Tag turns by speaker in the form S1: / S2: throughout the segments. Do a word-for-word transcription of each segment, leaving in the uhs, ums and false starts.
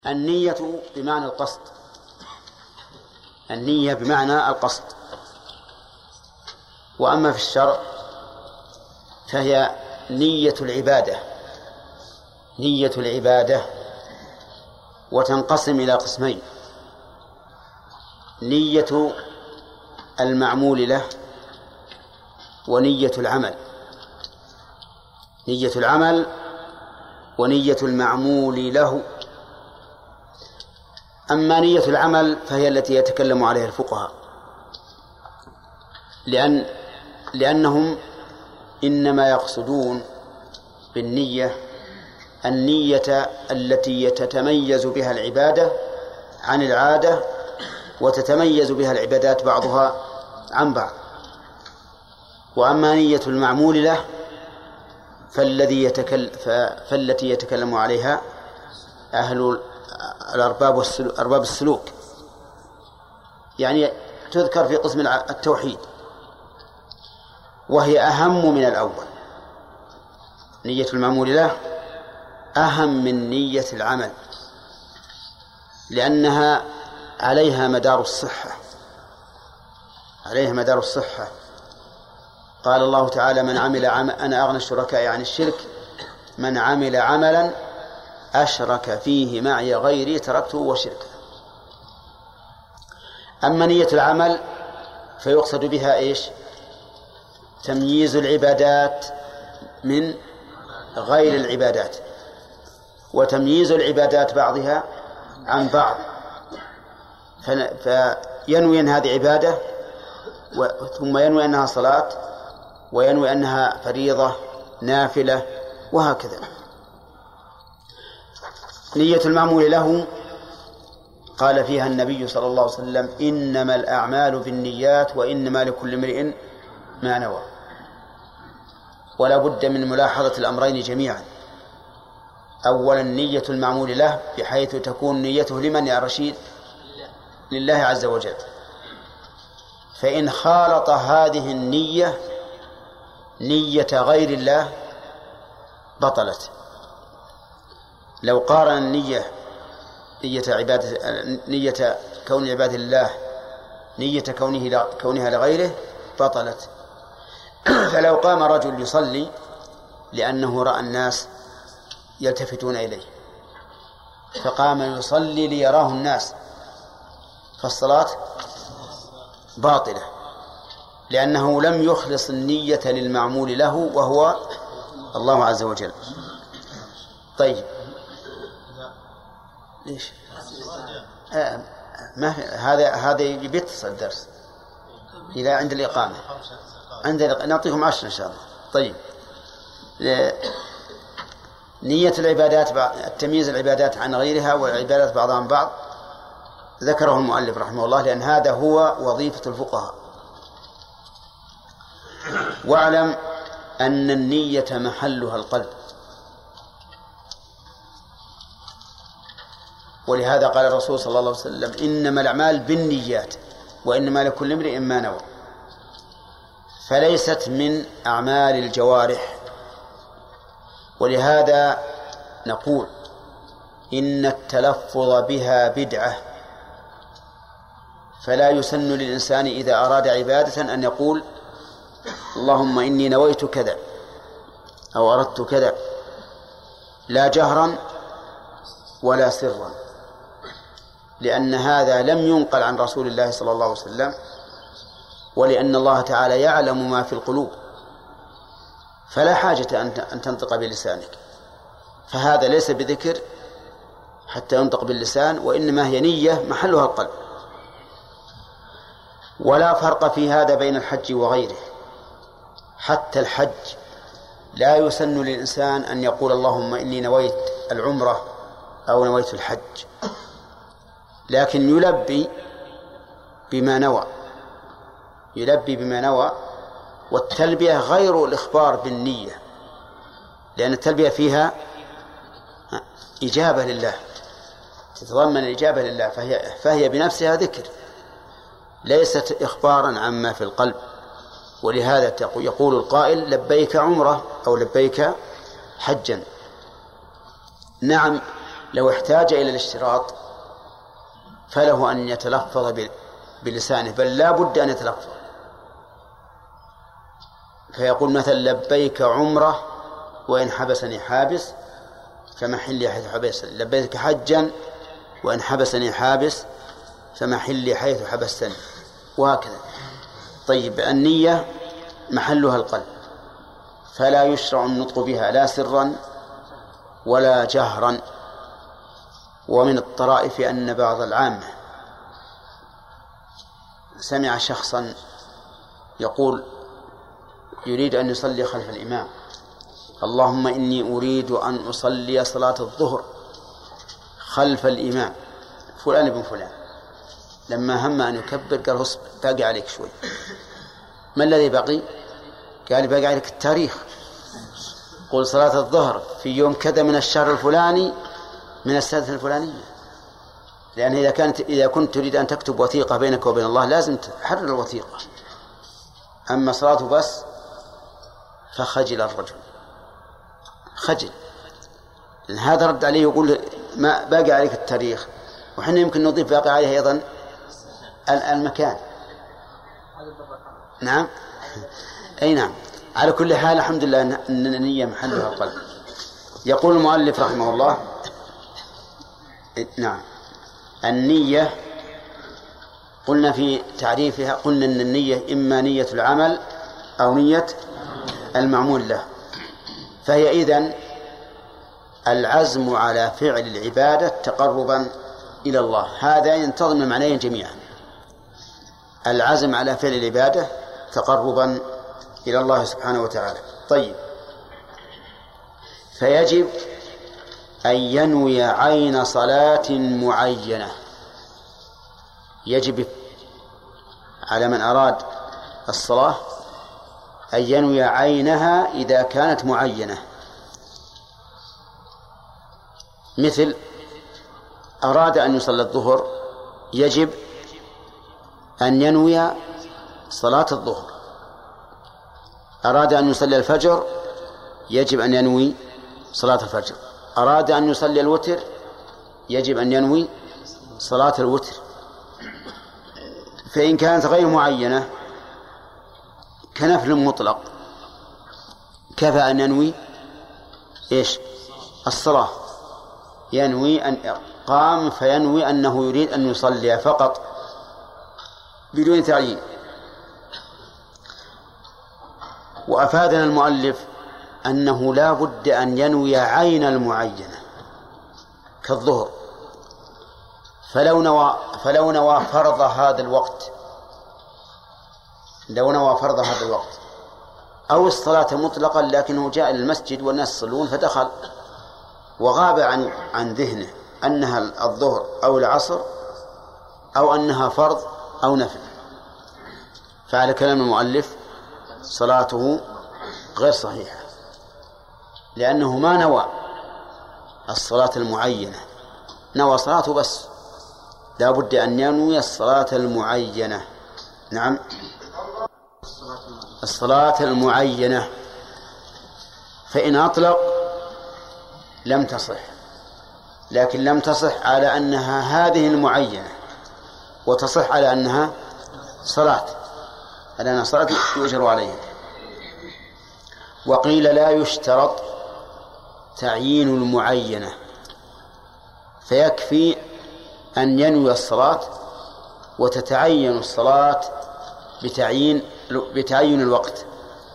S1: النية بمعنى القصد. النية بمعنى القصد. وأما في الشرع فهي نية العبادة نية العبادة وتنقسم إلى قسمين: نية المعمول له ونية العمل. نية العمل ونية المعمول له. أما نية العمل فهي التي يتكلم عليها الفقهاء، لأن لأنهم إنما يقصدون بالنية النية التي تتميز بها العبادة عن العادة وتتميز بها العبادات بعضها عن بعض. وأما نية المعمول له فالذي يتكلم فالتي يتكلم عليها أهل الأرباب أرباب السلوك، يعني تذكر في قسم التوحيد، وهي أهم من الأول. نية المعمول له أهم من نية العمل، لأنها عليها مدار الصحة عليها مدار الصحة. قال الله تعالى: من عمل عمل أنا أغنى الشركاء عن الشرك من عمل عملا أشرك فيه معي غيري تركته وشركه. أما نية العمل فيقصد بها إيش؟ تمييز العبادات من غير العبادات، وتمييز العبادات بعضها عن بعض، فينوي أن هذه عبادة ثم ينوي أنها صلاة وينوي أنها فريضة نافلة وهكذا. نية المعمول له قال فيها النبي صلى الله عليه وسلم: إنما الأعمال بالنيات وإنما لكل امرئ ما نوى. ولا بد من ملاحظة الأمرين جميعا. أولا نية المعمول له بحيث تكون نيته لمن يا رشيد؟ لله عز وجل. فإن خالط هذه النية نية غير الله بطلت. لو قارن النية نية عبادة نية كون عبادة الله نية كونه كونها لغيره بطلت. فلو قام رجل يصلي لأنه رأى الناس يلتفتون إليه فقام يصلي ليراه الناس، فالصلاة باطلة، لأنه لم يخلص النية للمعمول له وهو الله عز وجل. طيب ليش؟ آه ما هذا هذا يتصل الدرس إلى عند الإقامة، عند نعطيكم عشر إن شاء الله. طيب، نية العبادات التمييز العبادات عن غيرها والعبادات بعضها عن بعض ذكره المؤلف رحمه الله، لأن هذا هو وظيفة الفقهاء. واعلم أن النية محلها القلب، ولهذا قال الرسول صلى الله عليه وسلم: إنما الأعمال بالنيات وإنما لكل امرئ ما نوى. فليست من أعمال الجوارح. ولهذا نقول إن التلفظ بها بدعة، فلا يسن للإنسان إذا أراد عبادة أن يقول: اللهم إني نويت كذا أو أردت كذا، لا جهرا ولا سرا، لأن هذا لم ينقل عن رسول الله صلى الله عليه وسلم، ولأن الله تعالى يعلم ما في القلوب، فلا حاجة أن تنطق بلسانك. فهذا ليس بذكر حتى ينطق باللسان، وإنما هي نية محلها القلب. ولا فرق في هذا بين الحج وغيره. حتى الحج لا يسن للإنسان أن يقول: اللهم إني نويت العمرة أو نويت الحج، لكن يلبي بما نوى يلبي بما نوى والتلبية غير الإخبار بالنية، لأن التلبية فيها إجابة لله، تتضمن الإجابة لله، فهي, فهي بنفسها ذكر، ليست إخبارا عما في القلب. ولهذا يقول القائل: لبيك عمرة أو لبيك حجا. نعم، لو احتاج إلى الاشتراط فله أن يتلفظ بلسانه، بل لا بد أن يتلفظ، فيقول مثلا لبيك عمرة وإن حبسني حابس فمحلي حيث حبسني، لبيك حجا وإن حبسني حابس فمحلي حيث حبستني، وهكذا. طيب النية محلها القلب، فلا يشرع النطق بها لا سرا ولا جهرا. ومن الطرائف أن بعض العامة سمع شخصا يقول يريد أن يصلي خلف الإمام: اللهم إني أريد أن أصلي صلاة الظهر خلف الإمام فلان بن فلان. لما هم أن يكبر قال اصبر باقي عليك شوي. ما الذي بقي؟ قال باقي عليك التاريخ، قل صلاة الظهر في يوم كذا من الشهر الفلاني من السنة الفلانية، لأن إذا كانت إذا كنت تريد أن تكتب وثيقة بينك وبين الله لازم تحرر الوثيقة. أما صلاته بس فخجل الرجل، خجل، لأن هذا رد عليه يقول ما باقي عليك التاريخ، وحنا يمكن نضيف باقي عليه أيضا المكان. نعم أي نعم. على كل حال الحمد لله أن النية محلها القلب. يقول المؤلف رحمه الله: نعم النية قلنا في تعريفها، قلنا أن النية إما نية العمل أو نية المعمول له، فهي إذن العزم على فعل العبادة تقربا إلى الله. هذا ينتظم المعنيين جميعا، العزم على فعل العبادة تقربا إلى الله سبحانه وتعالى. طيب، فيجب أن ينوي عين صلاة معينة. يجب على من أراد الصلاة أن ينوي عينها إذا كانت معينة، مثل أراد أن يصلي الظهر يجب أن ينوي صلاة الظهر، أراد أن يصلي الفجر يجب أن ينوي صلاة الفجر، أراد أن يصلي الوتر يجب أن ينوي صلاة الوتر. فإن كانت غير معينة كنفل مطلق كفى أن ينوي إيش؟ الصلاة، ينوي أن قام فينوي أنه يريد أن يصلي فقط بدون تعيين. وأفادنا المؤلف أنه لا بد أن ينوي عين المعينة كالظهر، فلو نوى فلو نوى فرض هذا الوقت لو نوى فرض هذا الوقت أو الصلاة مطلقا، لكنه جاء إلى المسجد والناس يصلون فدخل وغاب عن عن ذهنه أنها الظهر أو العصر أو أنها فرض أو نفل، فعلى كلام المؤلف صلاته غير صحيحة، لأنه ما نوى الصلاة المعينة، نوى صلاته بس، لا بد أن ينوي الصلاة المعينة. نعم الصلاة المعينة، فإن أطلق لم تصح، لكن لم تصح على أنها هذه المعينة، وتصح على أنها صلاة، على أنها صلاة يؤجر عليها. وقيل لا يشترط تعيين المعينة، فيكفي أن ينوي الصلاة وتتعين الصلاة بتعيين بتعين الوقت.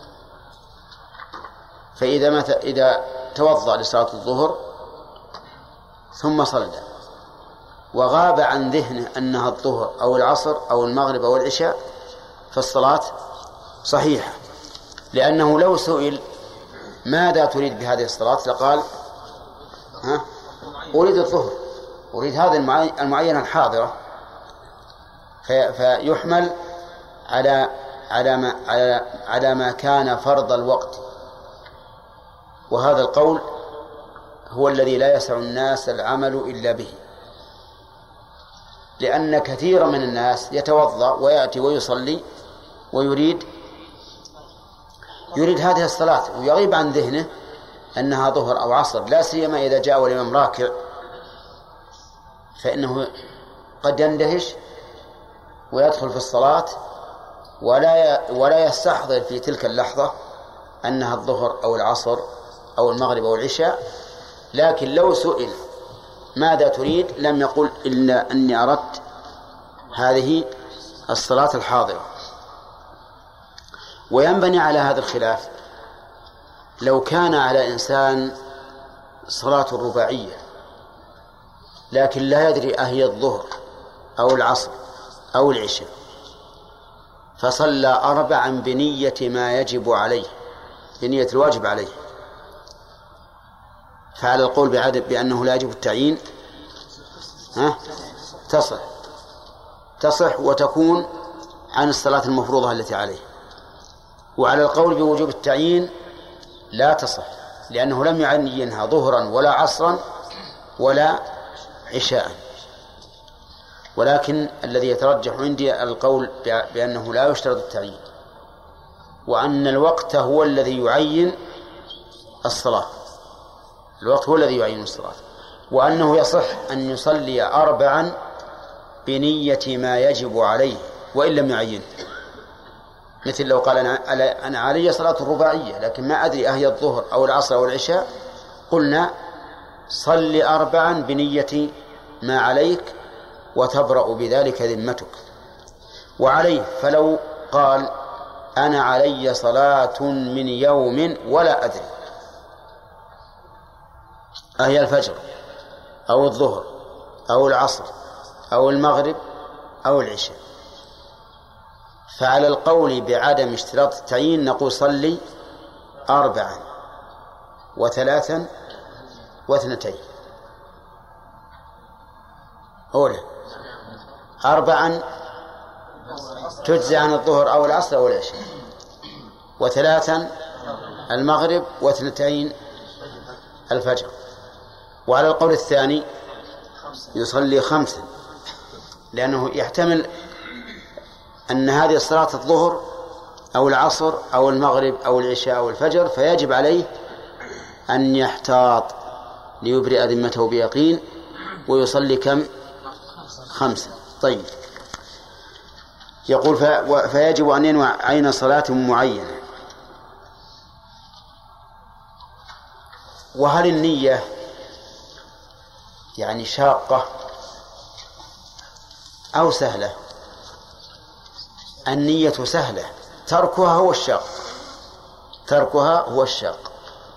S1: فإذا مت... إذا توضأ لصلاة الظهر ثم صلى وغاب عن ذهنه أنها الظهر أو العصر أو المغرب أو العشاء فالصلاة صحيحة، لأنه لو سئل ماذا تريد بهذه الصلاة لقال ها أريد الظهر، أريد هذه المعينة الحاضرة، في... فيحمل على على ما على على ما كان فرض الوقت. وهذا القول هو الذي لا يسع الناس العمل إلا به، لأن كثيرا من الناس يتوضأ ويأتي ويصلي ويريد يريد هذه الصلاة ويغيب عن ذهنه أنها ظهر أو عصر، لا سيما إذا جاء والإمام راكع فإنه قد يندهش ويدخل في الصلاة ولا ولا يستحضر في تلك اللحظة أنها الظهر أو العصر أو المغرب أو العشاء، لكن لو سئل ماذا تريد لم يقل إلا أني أردت هذه الصلاة الحاضرة. وينبني على هذا الخلاف لو كان على إنسان صلاة رباعية لكن لا يدري أهي الظهر أو العصر أو العشاء، فصلى أربعا بنية ما يجب عليه، بنية الواجب عليه، فعلى القول بأنه لا يجب التعيين ها تصح تصح وتكون عن الصلاة المفروضة التي عليه. وعلى القول بوجوب التعيين لا تصح، لأنه لم يعينها ظهرا ولا عصرا ولا عشاء. ولكن الذي يترجح عندي القول بأنه لا يشترط التعيين، وأن الوقت هو الذي يعين الصلاة، الوقت هو الذي يعين الصلاة، وأنه يصح أن يصلي أربعا بنية ما يجب عليه وإن لم يعين. مثل لو قال أنا, أنا علي صلاة الرباعية لكن ما أدري أهي الظهر أو العصر أو العشاء، قلنا صل أربعا بنية ما عليك وتبرأ بذلك ذمتك. وعليه فلو قال أنا علي صلاة من يوم ولا أدري أهي الفجر أو الظهر أو العصر أو المغرب أو العشاء، فعلى القول بعدم اشتراط التعيين نقول صلي أربعا وثلاثا واثنتين. أولا أربعا تجزي عن الظهر أو العصر أو العشاء، وثلاثا المغرب، واثنتين الفجر. وعلى القول الثاني يصلي خمسا، لأنه يحتمل أن هذه الصلاة الظهر أو العصر أو المغرب أو العشاء أو الفجر، فيجب عليه أن يحتاط ليبرئ ذمته بيقين ويصلي كم؟ خمسة. طيب، يقول فيجب أن ينوي عين صلاة معينة. وهل النية يعني شاقة أو سهلة؟ النية سهلة، تركها هو الشاق، تركها هو الشاق،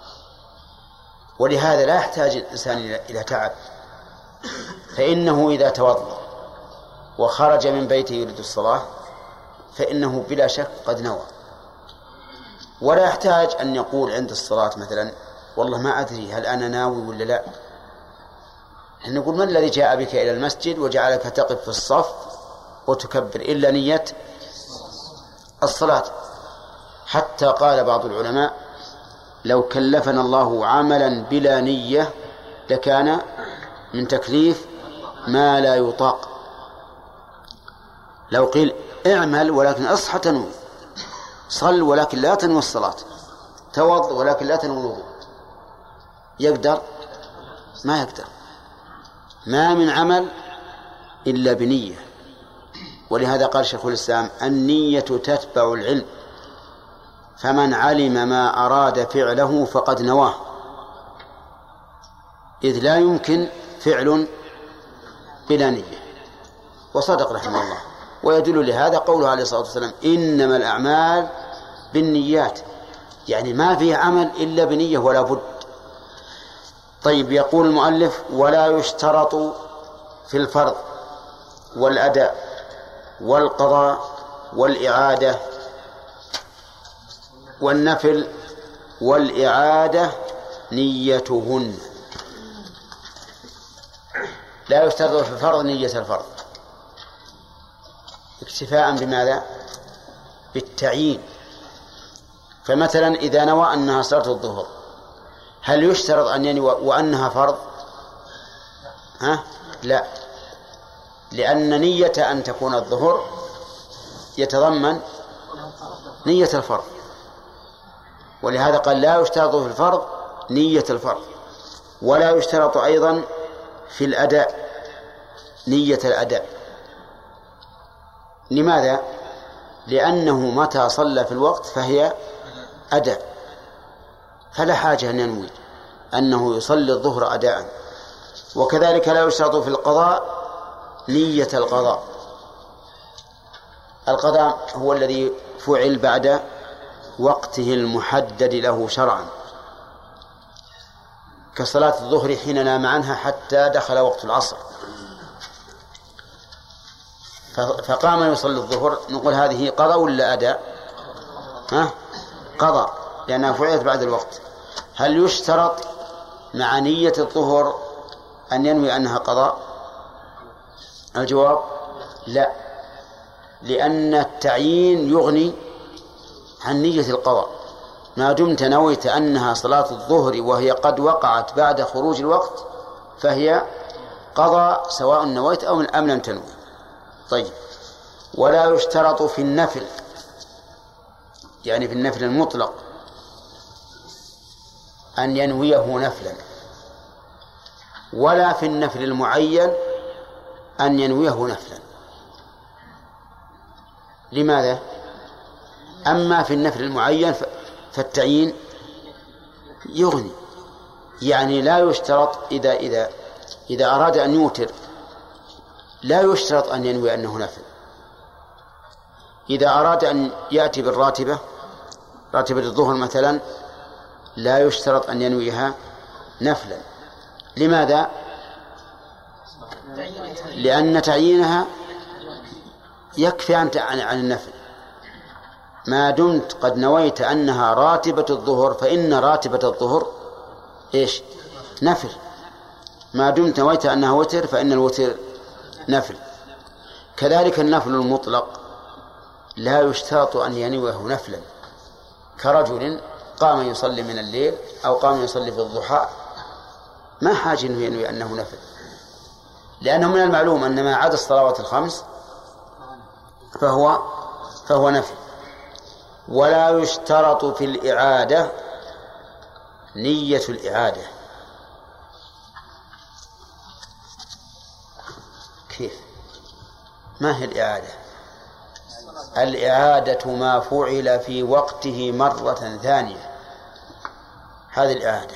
S1: ولهذا لا يحتاج الإنسان إلى تعب، فإنه إذا توضأ وخرج من بيته يريد الصلاة فإنه بلا شك قد نوى، ولا يحتاج أن يقول عند الصلاة مثلا والله ما أدري هل أنا ناوي ولا لا. نقول من الذي جاء بك إلى المسجد وجعلك تقف في الصف وتكبر إلا نية الصلاة؟ حتى قال بعض العلماء لو كلفنا الله عملا بلا نية لكان من تكليف ما لا يطاق. لو قيل اعمل ولكن اصحى تنوي، صل ولكن لا تنوي الصلاة، توض ولكن لا تنوي الوضوء، يقدر؟ ما يقدر. ما من عمل إلا بنية. ولهذا قال شيخ الإسلام النية تتبع العلم، فمن علم ما أراد فعله فقد نواه، إذ لا يمكن فعل بلا نية. وصدق رحمه الله. ويدل لهذا قوله عليه الصلاة والسلام إنما الأعمال بالنيات، يعني ما فيه عمل إلا بنية ولا بد. طيب، يقول المؤلف ولا يشترط في الفرض والأداء والقضاء والإعادة والنفل والإعادة نيتهن. لا يشترط في الفرض نية الفرض، اكتفاء بماذا؟ بالتعيين. فمثلا إذا نوى أنها صلاة الظهر هل يشترط أن ينوي وأنها فرض؟ ها؟ لا، لأن نية أن تكون الظهر يتضمن نية الفرض، ولهذا قال لا يشترط في الفرض نية الفرض. ولا يشترط أيضا في الأداء، نية الأداء. لماذا؟ لأنه متى صلى في الوقت فهي أداء، فلا حاجة أن ينوي أنه يصلي الظهر أداء. وكذلك لا يشترط في القضاء نية القضاء. القضاء هو الذي فعل بعد وقته المحدد له شرعا، كصلاة الظهر حين نام عنها حتى دخل وقت العصر فقام يصلي الظهر، نقول هذه قضاء ولا أداء؟ ها؟ قضاء، لأنها فعلت بعد الوقت. هل يشترط مع نية الظهر أن ينوي أنها قضاء؟ الجواب لا، لأن التعيين يغني عن نية القضاء. ما دمت نويت أنها صلاة الظهر وهي قد وقعت بعد خروج الوقت فهي قضاء سواء نويت أو أم لم تنوي. طيب، ولا يشترط في النفل، يعني في النفل المطلق، أن ينويه نفلا، ولا في النفل المعين أن ينويه نفلا. لماذا؟ أما في النفل المعين فالتعيين يغني، يعني لا يشترط إذا إذا إذا أراد أن يوتر لا يشترط أن ينوي أنه نفل. إذا أراد أن يأتي بالراتبة، راتبة الظهر مثلا، لا يشترط أن ينويها نفلا. لماذا؟ لأن تعيينها يكفي عن عن النفل. ما دمت قد نويت أنها راتبة الظهر فإن راتبة الظهر إيش؟ نفل. ما دمت نويت أنها وتر فإن الوتر نفل. كذلك النفل المطلق لا يشترط أن ينويه نفلا، كرجل قام يصلي من الليل أو قام يصلي في الضحى، ما حاجة أنه ينوي أنه نفل، لأنه من المعلوم أن ما عدا الصلوات الخمس فهو فهو نفل. ولا يشترط في الإعادة نية الإعادة. كيف؟ ما هي الإعادة؟ الإعادة ما فعل في وقته مرة ثانية، هذه الإعادة،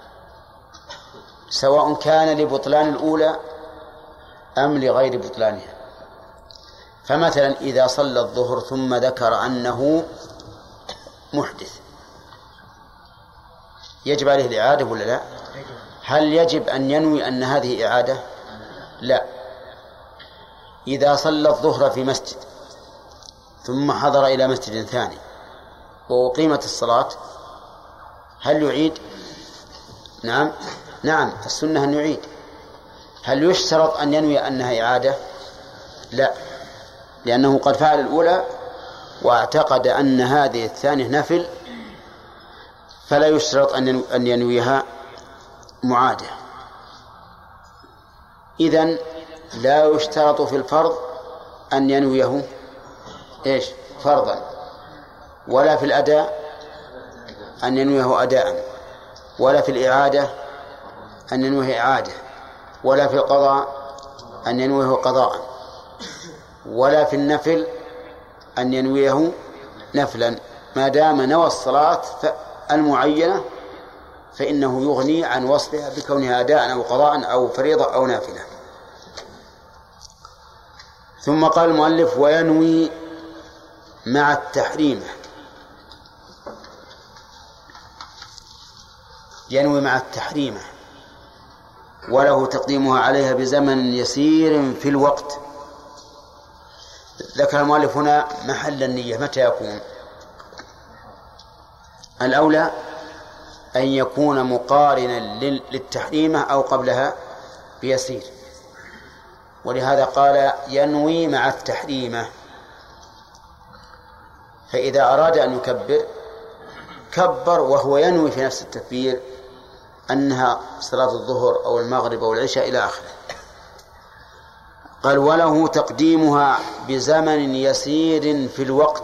S1: سواء كان لبطلان الأولى أم لغير بطلانها. فمثلا إذا صلى الظهر ثم ذكر أنه محدث، يجب عليه الإعادة ولا لا؟ هل يجب أن ينوي أن هذه إعادة؟ لا. إذا صلى الظهر في مسجد ثم حضر إلى مسجد ثاني وأقيمت الصلاة، هل يعيد؟ نعم نعم السنة أن يعيد. هل يشترط أن ينوي أنها إعادة؟ لا، لأنه قد فعل الأولى واعتقد أن هذه الثانية نفل، فلا يشترط أن ينويها معادة. إذن لا يشترط في الفرض أن ينويه إيش؟ فرضا، ولا في الأداء أن ينويه أداء، ولا في الإعادة أن ينويه إعادة، ولا في القضاء أن ينويه قضاء، ولا في النفل أن ينويه نفلا. ما دام نوى الصلاة المعينة فإنه يغني عن وصفها بكونها أداء أو قضاء أو فريضة أو نافلة. ثم قال المؤلف: وينوي مع التحريم. ينوي مع التحريم وله تقديمها عليها بزمن يسير في الوقت. ذكر المؤلف هنا محل النية متى يكون. الأولى أن يكون مقارنا للتحريمة أو قبلها بيسير، ولهذا قال ينوي مع التحريمة. فإذا أراد أن يكبر كبر وهو ينوي في نفس التكبير أنها صلاة الظهر أو المغرب أو العشاء إلى آخره. قال وله تقديمها بزمن يسير في الوقت.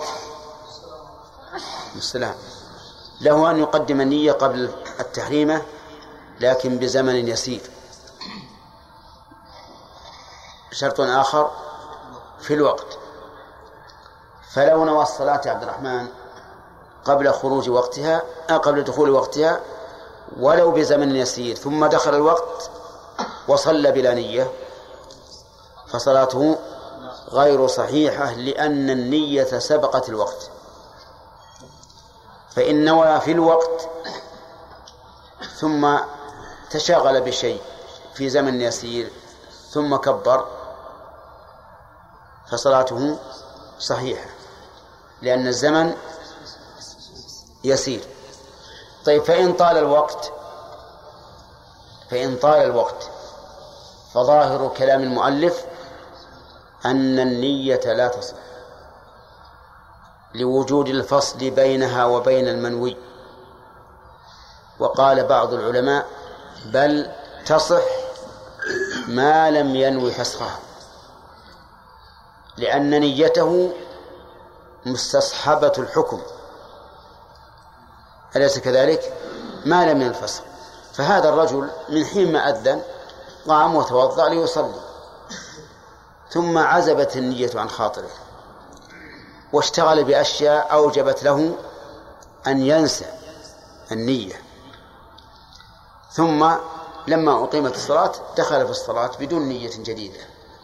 S1: السلام. له أن يقدم النية قبل التحريمة لكن بزمن يسير. شرط آخر في الوقت. فلو نوى الصلاة يا عبد الرحمن قبل خروج وقتها أو قبل دخول وقتها ولو بزمن يسير ثم دخل الوقت وصلى بلا نية فصلاته غير صحيحة، لأن النية سبقت الوقت. فإن نوى في الوقت ثم تشاغل بشيء في زمن يسير ثم كبر فصلاته صحيحة، لأن الزمن يسير. طيب فإن طال الوقت فإن طال الوقت فظاهر كلام المؤلف أن النية لا تصح لوجود الفصل بينها وبين المنوي. وقال بعض العلماء بل تصح ما لم ينوي فسخها، لأن نيته مستصحبة الحكم، أليس كذلك؟ ما لم ينفسخ. فهذا الرجل من حين ما أذن قام وتوضأ ليصلي ثم عزبت النية عن خاطره واشتغل بأشياء أوجبت له أن ينسى النية، ثم لما أقيمت الصلاة دخل في الصلاة بدون نية جديدة.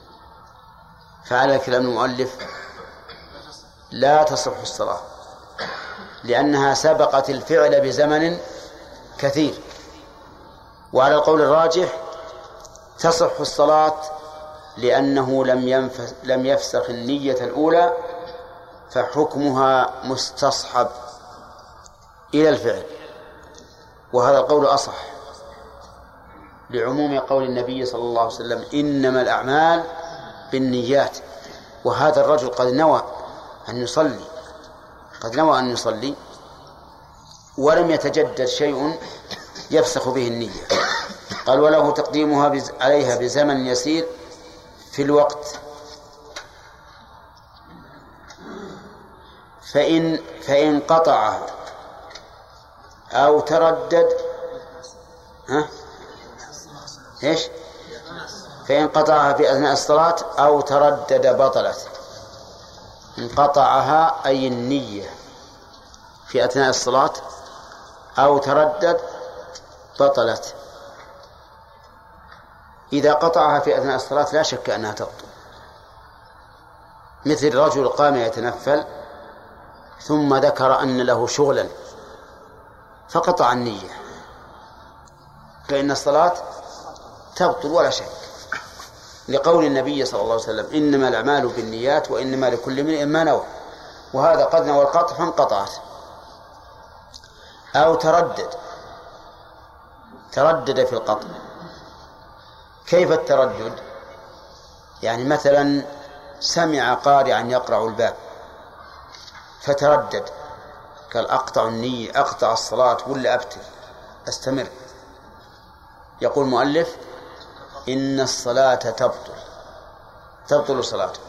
S1: فعلى كلام المؤلف لا تصح الصلاة، لأنها سبقت الفعل بزمن كثير. وعلى القول الراجح تصح الصلاة لأنه لم ينفس لم يفسخ النية الأولى، فحكمها مستصحب إلى الفعل، وهذا القول أصح لعموم قول النبي صلى الله عليه وسلم إنما الأعمال بالنيات. وهذا الرجل قد نوى أن يصلي قد نوى أن يصلي ولم يتجدد شيء يفسخ به النية. قال وله تقديمها عليها بزمن يسير في الوقت، فإن فإن قطعها أو تردد ها إيش فإن قطعها في أثناء الصلاة أو تردد بطلت. انقطعها أي النية في أثناء الصلاة أو تردد بطلت. إذا قطعها في أثناء الصلاة لا شك أنها تبطل، مثل رجل قام يتنفل ثم ذكر أن له شغلا فقطع النية، فإن الصلاة تبطل ولا شك، لقول النبي صلى الله عليه وسلم إنما الأعمال بالنيات وإنما لكل امرئ ما نوى. وهذا قد نوى القطع فانقطعت. أو تردد تردد في القطع. كيف التردد؟ يعني مثلا سمع قارعا يقرع الباب فتردد، قال أقطع النية أقطع الصلاة ولا أبتل أستمر. يقول المؤلف إن الصلاة تبطل تبطل صلاته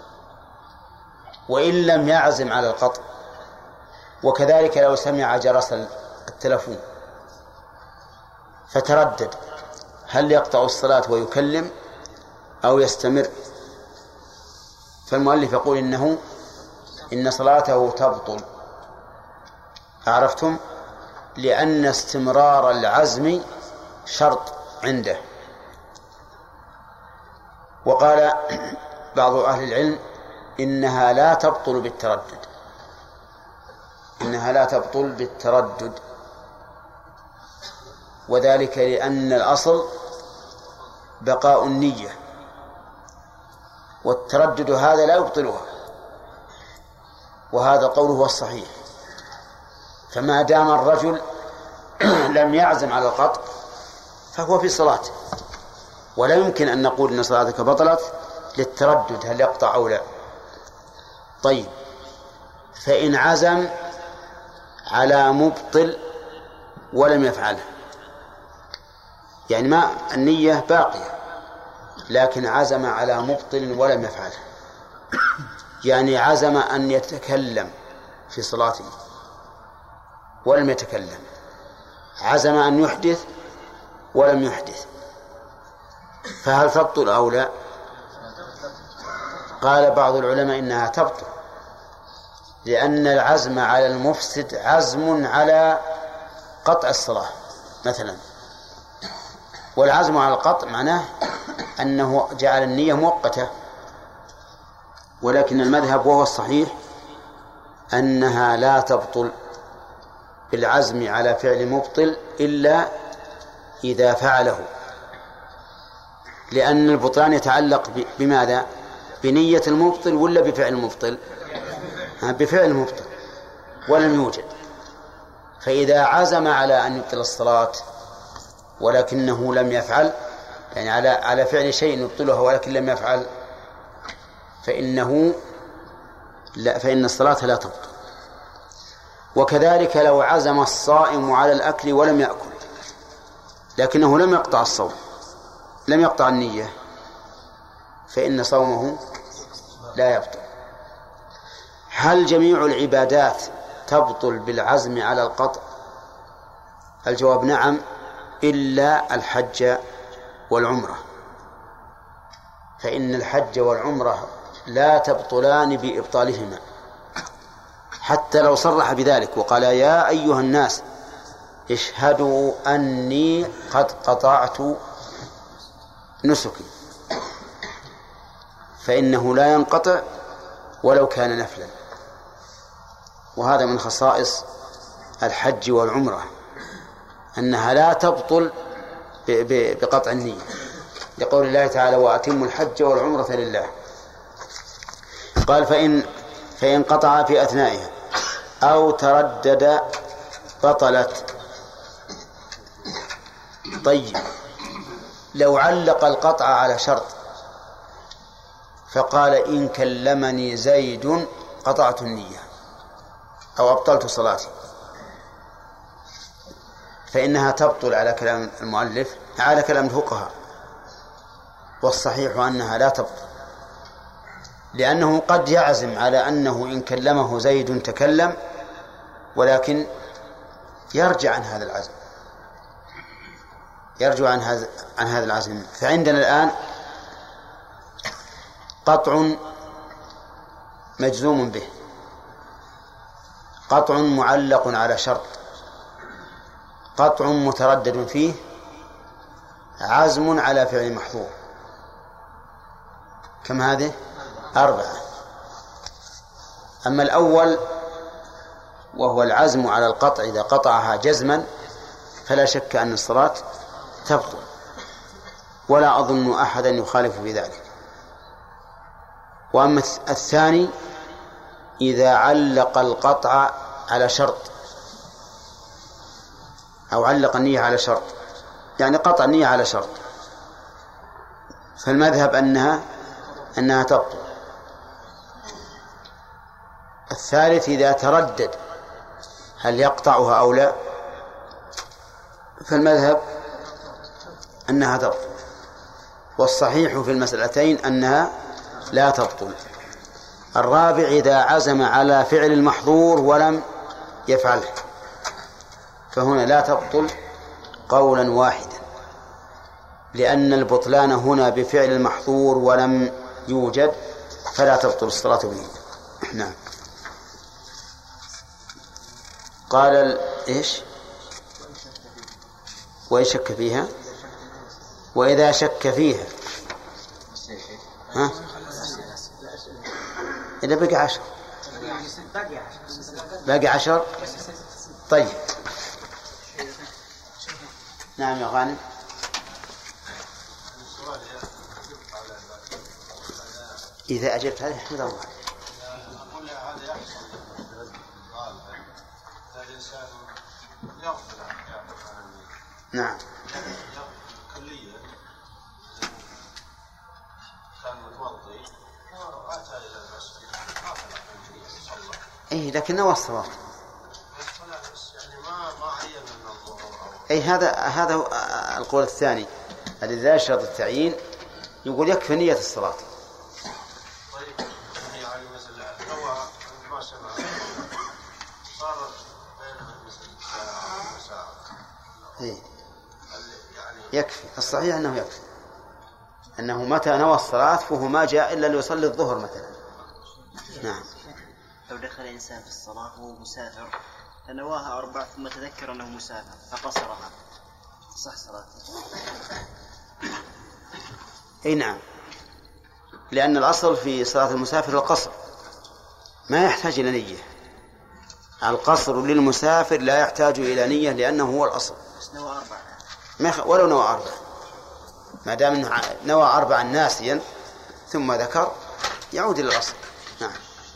S1: وإن لم يعزم على القطع. وكذلك لو سمع جرس التلفون فتردد هل يقطع الصلاة ويكلم أو يستمر، فالمؤلف يقول إنه إن صلاته تبطل. عرفتم؟ لأن استمرار العزم شرط عنده. وقال بعض أهل العلم إنها لا تبطل بالتردد إنها لا تبطل بالتردد وذلك لأن الأصل بقاء النية، والتردد هذا لا يبطلها، وهذا قوله هو الصحيح. فما دام الرجل لم يعزم على القطع فهو في صلاته، ولا يمكن أن نقول إن صلاتك بطلت للتردد هل يقطع أو لا. طيب فإن عزم على مبطل ولم يفعله، يعني ما النية باقية لكن عزم على مبطل ولم يفعله، يعني عزم أن يتكلم في صلاته ولم يتكلم، عزم أن يحدث ولم يحدث، فهل تبطل أو لا؟ قال بعض العلماء إنها تبطل، لأن العزم على المفسد عزم على قطع الصلاة مثلا، والعزم على القطع معناه أنه جعل النية مؤقتة، ولكن المذهب وهو الصحيح أنها لا تبطل بالعزم على فعل مبطل إلا إذا فعله، لأن البطلان يتعلق بماذا؟ بنية المبطل ولا بفعل المبطل؟ بفعل المبطل ولم يوجد. فإذا عزم على أن يبطل الصلاة ولكنه لم يفعل، يعني على على فعل شيء يبطلها ولكن لم يفعل، فإنه لا فإن الصلاة لا تبطل. وكذلك لو عزم الصائم على الأكل ولم يأكل لكنه لم يقطع الصوم، لم يقطع النية، فإن صومه لا يبطل. هل جميع العبادات تبطل بالعزم على القطع؟ الجواب نعم، إلا الحج والعمرة، فإن الحج والعمرة لا تبطلان بإبطالهما، حتى لو صرح بذلك وقال يا أيها الناس اشهدوا أني قد قطعت نسكي، فإنه لا ينقطع ولو كان نفلا. وهذا من خصائص الحج والعمرة أنها لا تبطل بقطع النية، لقول الله تعالى وأتموا الحج والعمرة لله. قال فإن فإن قطع في أثنائها أو تردد بطلت. طيب، لو علق القطع على شرط فقال إن كلمني زيد قطعت النية أو أبطلت صلاتي، فإنها تبطل على كلام المؤلف، على كلام الفقهاء، والصحيح أنها لا تبطل، لأنه قد يعزم على أنه إن كلمه زيد تكلم، ولكن يرجع عن هذا العزم، يرجع عن هذا عن هذا العزم. فعندنا الآن قطع مجزوم به، قطع معلق على شرط، قطع متردد فيه، عزم على فعل محظور. كم هذه؟ أربعة. أما الأول وهو العزم على القطع إذا قطعها جزما فلا شك أن الصلاة تبطل، ولا أظن أحدا يخالف في ذلك. وأما الثاني إذا علق القطع على شرط أو علق النية على شرط، يعني قطع النية على شرط، فالمذهب أنها أنها تبطل. الثالث إذا تردد هل يقطعها أو لا، فالمذهب أنها تبطل، والصحيح في المسألتين أنها لا تبطل. الرابع إذا عزم على فعل المحظور ولم يفعله، فهنا لا تبطل قولا واحدا، لأن البطلان هنا بفعل المحظور ولم يوجد، فلا تبطل الصلاة به. نعم. قال إيش؟ وإن شك فيها، وإذا شك فيها ها؟ إذا بقي عشر باقي عشر. طيب، نعم يا غانم. إذا أجبت هذه احمد الله. نعم. إيه لكن نوى الصلاة. إيه هذا هذا القول الثاني الذي لا يشترط التعيين، يقول يكفي نية الصلاة.
S2: طيب يعني مثلا نوى ما سمع صار بينها مثل ساعة وساعة.
S1: إيه يعني يكفي، الصحيح أنه يكفي. أنه متى نوى الصلاة فهو ما جاء إلا ليصلي الظهر مثلا. نعم.
S3: لو دخل إنسان في الصلاة وهو مسافر فنواها أربع ثم تذكر أنه مسافر فقصرها صح صلاته؟
S1: أي نعم، لأن الأصل في صلاة المسافر القصر ما يحتاج إلى نية. القصر للمسافر لا يحتاج إلى نية لأنه هو الأصل.
S3: نوى أربع
S1: ما ولو نوى أربع ما دام نوى أربعا ناسيا ثم ذكر يعود إلى الأصل. نعم.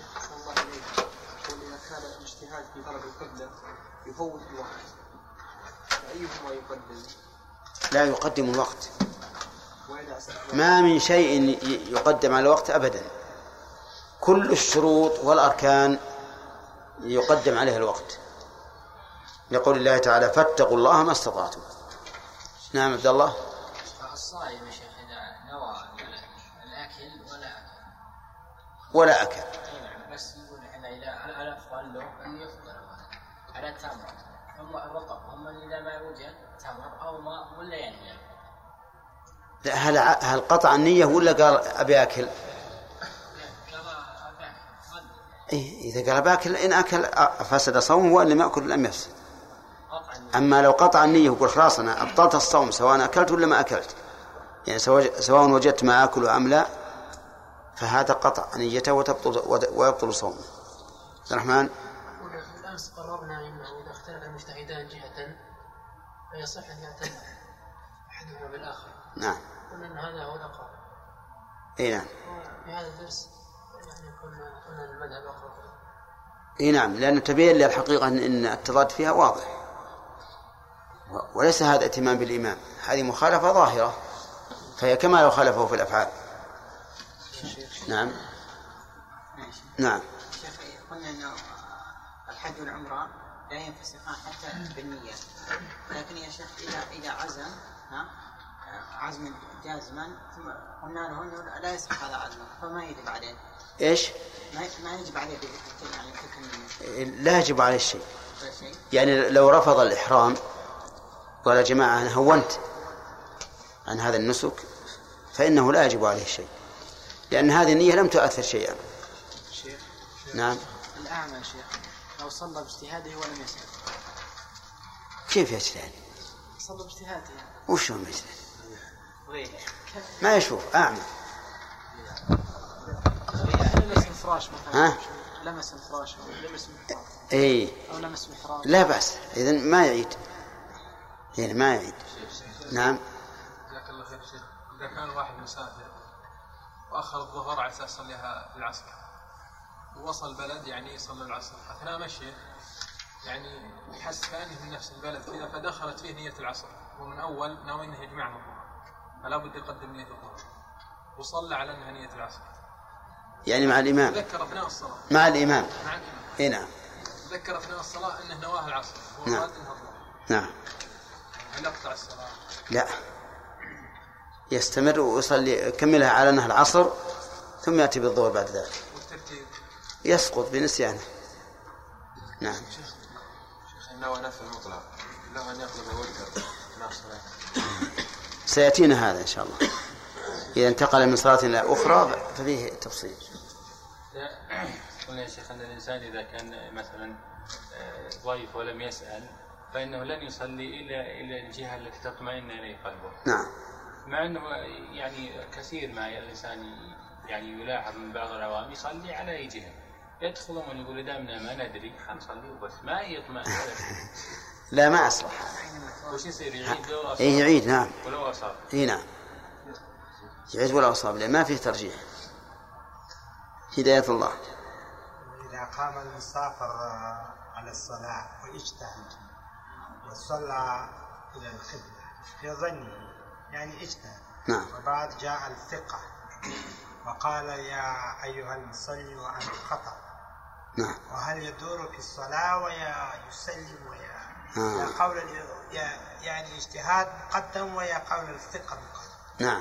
S4: إذا كان الاجتهاد في طلب القبلة يفوت الوقت فأيهما يقدم؟
S1: لا يقدم الوقت، ما من شيء يقدم على الوقت أبدا. كل الشروط والأركان يقدم عليها الوقت، يقول الله تعالى فاتقوا الله ما استطعتم. نعم عبد الله.
S5: الصائم يا شيخ إذا نوى الأكل ولا أكل
S1: ولا أكل
S5: بس يقول إحنا إذا على أفضل له أن يفطر على التمر ثم الرطب هم إذا ما وجد تمر أو ما ولا يعني.
S1: لا، هل هل قطع النية ولا قال أبي أكل؟ إيه إذا قال باكل إن أكل فسد صومه وإن لم يأكل لم يفسد. أما لو قطع النية وقل خلاص أنا أبطلت الصوم سواء أكلت ولا ما أكلت، يعني سواء وجدت ما أكل أم لا، فهذا قطع نيته وتبطل ويبطل صومه. عبد الرحمن.
S6: بالأمس قررنا أنه إذا اختلف المجتهدان جهة فيصح أن يعتد أحدهما بالآخر.
S1: نعم.
S6: قلنا أن هذا هو الأقرب.
S1: إيه نعم.
S6: في هذا الدرس يعني كنا كنا المذهب أقرب.
S1: إيه نعم، لأن تبين لي الحقيقة أن التضاد فيها واضح، وليس هذا ائتمام بالإمام، هذه مخالفة ظاهرة فهي كما لو خالفه في الأفعال. نعم. نعم.
S7: قلنا أن الحج والعمرة لا ينفسخان حتى بالنية، لكن يا شيخ إذا إذا عزم ها عزم جازما ثم قلنا له أنه لا يصح هذا عزمه فما يجب عليه.
S1: إيش؟
S7: ما يجب عليه يعني تكن...
S1: لا يجب عليه شيء. يعني لو رفض الإحرام قال يا جماعة أنا هونت عن هذا النسك فإنه لا يجب عليه شيء، لأن هذه النية لم تؤثر شيئا.
S6: شيخ.
S1: نعم.
S6: الأعمى شيخ لو صلى باجتهاده ولم يسأل
S1: كيف يجتهد؟
S6: صلى باجتهاده يعني.
S1: وش هو يجتهد؟ ما يشوف أعمى.
S6: لمس الفراش مثلا.
S1: ها؟
S6: لمس الفراش أو لمس محراب.
S1: إيه.
S6: أو لمس محراب.
S1: لا بأس، إذن ما يعيد، يعني ما يعيد. نعم.
S4: جزاك الله خير شيخ. إذا كان واحد مسافر وأخر الظهر على أساس يصليها العصر ووصل البلد يعني يصلي العصر أثناء مشيه يعني حس كأنه من نفس البلد كذا فدخلت فيه نية العصر ومن أول ناوي أنه يجمعهم فلا بد يقدم نية الظهر وصلى على أنها نية العصر
S1: يعني مع الإمام.
S4: ذكر أثناء الصلاة.
S1: مع الإمام.
S4: مع الإمام.
S1: إيه نعم.
S4: ذكر أثناء الصلاة أنه نواه العصر.
S1: نعم. نعم.
S4: هل يقطع الصلاة؟
S1: لا، يستمر ويصلي كملها على أنها العصر ثم يأتي بالظهر بعد ذلك.
S4: والترتيب
S1: يسقط بنسيانه. نعم.
S2: شيخ نوى نفي المطلق له أن يطلب الوتر أثناء الصلاة.
S1: سيأتينا هذا إن شاء الله إذا انتقل من صلاة إلى أخرى ففيه تفصيل.
S8: قلنا يا شيخ أن الإنسان إذا كان مثلا ضيف ولم يسأل فإنه لن يصلي إلا إلى الجهة التي تطمئن إليه قلبه.
S1: نعم.
S8: مع أنه يعني كثير ما الإنسان يعني يلاحظ من بعض العوام يصلي على أي جهة يدخل ومن يقول دامنا ما ندري حنصلي وبس ما يطمئن.
S1: لا ما أصلح.
S8: وش يصير يعيد لو أصاب؟
S1: إيه يعيد نعم.
S8: ولو أصاب.
S1: إيه نعم يعيد ولو أصاب لأن ما فيه ترجيح. هداية الله.
S9: إذا قام المسافر على الصلاة واجتهد وصلى إلى القبلة في ظنه يعني اجتهد.
S1: نعم.
S9: وبعد جاء الثقة وقال يا أيها المصلي وأنت خطأ.
S1: نعم.
S9: وهل يدور في الصلاة ويا يسلم ويا
S1: آه.
S9: يا قول يا يعني اجتهاد مقدم ويا قول الثقة مقدم.
S1: نعم.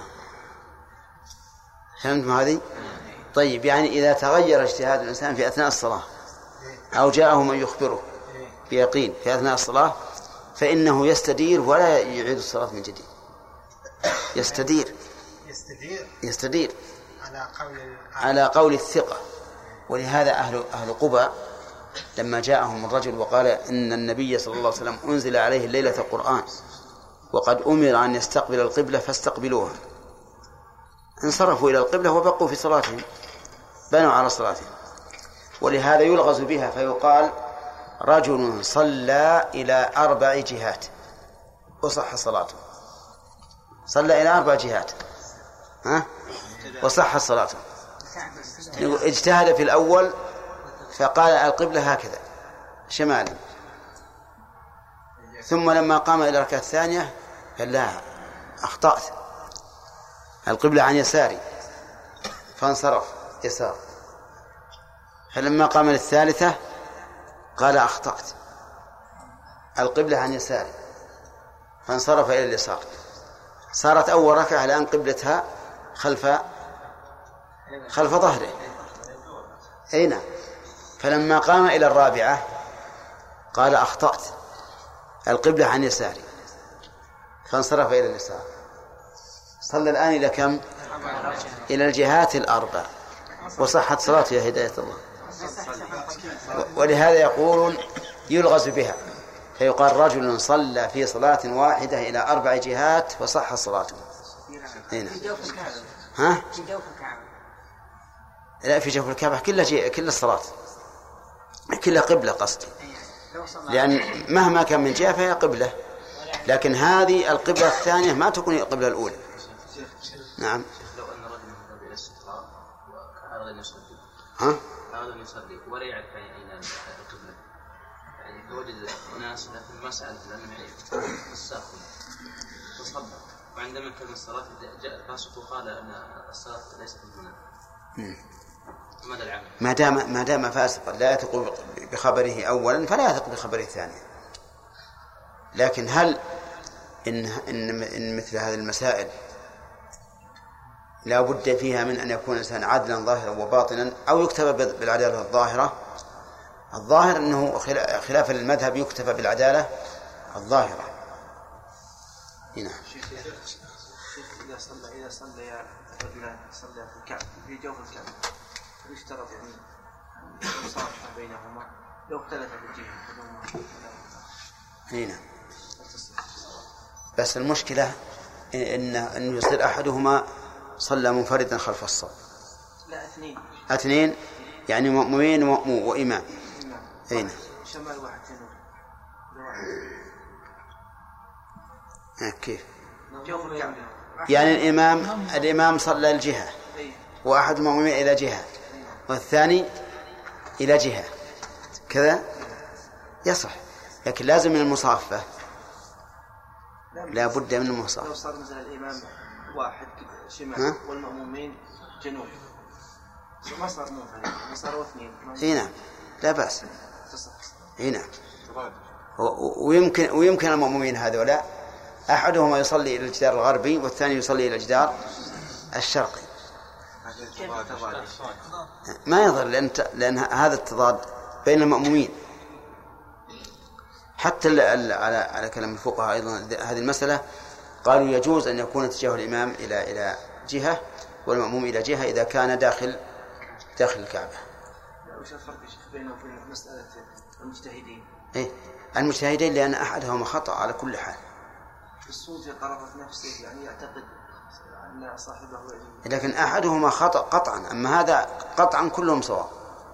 S1: فهمتم هذه؟ طيب يعني إذا تغير اجتهاد الإنسان في أثناء الصلاة أو جاءه من يخبره بيقين في أثناء الصلاة فإنه يستدير ولا يعيد الصلاة من جديد. يستدير
S9: يستدير
S1: يستدير
S9: على قول
S1: على قول الثقة. ولهذا أهل أهل قباء لما جاءهم الرجل وقال إن النبي صلى الله عليه وسلم أنزل عليه الليلة القرآن وقد أمر أن يستقبل القبلة فاستقبلوها، انصرفوا إلى القبلة وبقوا في صلاتهم، بنوا على صلاتهم. ولهذا يلغز بها فيقال رجل صلى إلى أربع جهات وصح صلاته، صلى إلى أربع جهات ها وصح صلاته. اجتهد في الأول فقال القبلة هكذا شمالا، ثم لما قام إلى الركعة الثانية قال لا أخطأت، القبلة عن يساري، فانصرف يسار. فلما قام للثالثة قال أخطأت، القبلة عن يساري، فانصرف إلى اليسار. صارت أول ركعة الآن قبلتها خلف خلف ظهره. أي نعم. فلما قام إلى الرابعة قال أخطأت، القبلة عن يساري، فانصرف إلى اليسار. صلى الآن إلى كم؟ إلى الجهات الأربع وصحت صلاته يا هداية الله. ولهذا يقولون يلغز بها فيقال رجل صلى في صلاة واحدة إلى أربع جهات وصح صلاته. هنا ها؟ لا في جوف الكعبة كلها جي... كل الصلاة كلها قبلة قصدي، لأن مهما كان من جهة فهي قبلة، لكن هذه القبلة الثانية ما تكون القبلة الأولى. نعم.
S10: لو أن رجلا ذهب إلى السترة وأراد أن يصلي
S1: ها؟
S10: أراد أن يصلي ولا يعرف أين القبلة، يعني فوجد ناس لكن ما سأل لأنه يعرف الساق فصلى، وعندما كان الصلاة جاء الفاسق وقال أن الصلاة ليست هنا. ماذا العمل؟
S1: ما دام ما دام فاسقا لا يثق بخبره أولا فلا يثق بخبره ثانيا. لكن هل إن إن إن مثل هذه المسائل لا بد فيها من أن يكون الإنسان عدلا ظاهرا وباطنا أو يكتفى بالعدالة الظاهرة؟ الظاهر أنه خلافا للمذهب يكتفى بالعدالة الظاهرة. هنا
S2: إذا صلى إذا صلى رجلا صلى في الكعبة في جوف الكعبة يشترط يعني المصافحة بينهما لو اختلف الجهة.
S1: هنا بس المشكلة إن أن يصير أحدهما صلى منفردا خلف الصف.
S2: لا اثنين.
S1: اثنين يعني مأمومين وإمام. هنا
S2: شمال واحد جنوب.
S1: كيف؟
S2: جوف الكعبة.
S1: يعني الإمام الإمام صلى الجهة وأحد مأمومين إلى جهة والثاني إلى جهة كذا يصح، لكن لازم من المصافة، لا بد من المصافة.
S2: لو صار مثلا الإمام واحد شمال والمأمومين جنوب ما صار منفرد، ما صاروا اثنين.
S1: هنا لا بأس. هنا ويمكن ويمكن المأمومين هذولا أحدهما يصلي إلى الجدار الغربي والثاني يصلي إلى الجدار الشرقي. ما يضر لأن لأن هذا التضاد بين المأمومين. حتى على على كلام الفقهاء أيضا هذه المسألة قالوا يجوز أن يكون اتجاه الإمام إلى إلى جهة والمأموم إلى جهة إذا كان داخل داخل الكعبة.
S2: وش الفرق يا شيخ بينه وبين مسألة المجتهدين؟
S1: إيه المجتهدين لأن أحدهما خطأ على كل حال.
S2: الصوت في طرف نفسه يعني يعتقد أن صاحبه يجب.
S1: لكن أحدهما خطأ قطعا، أما هذا قطعا كلهم صواب.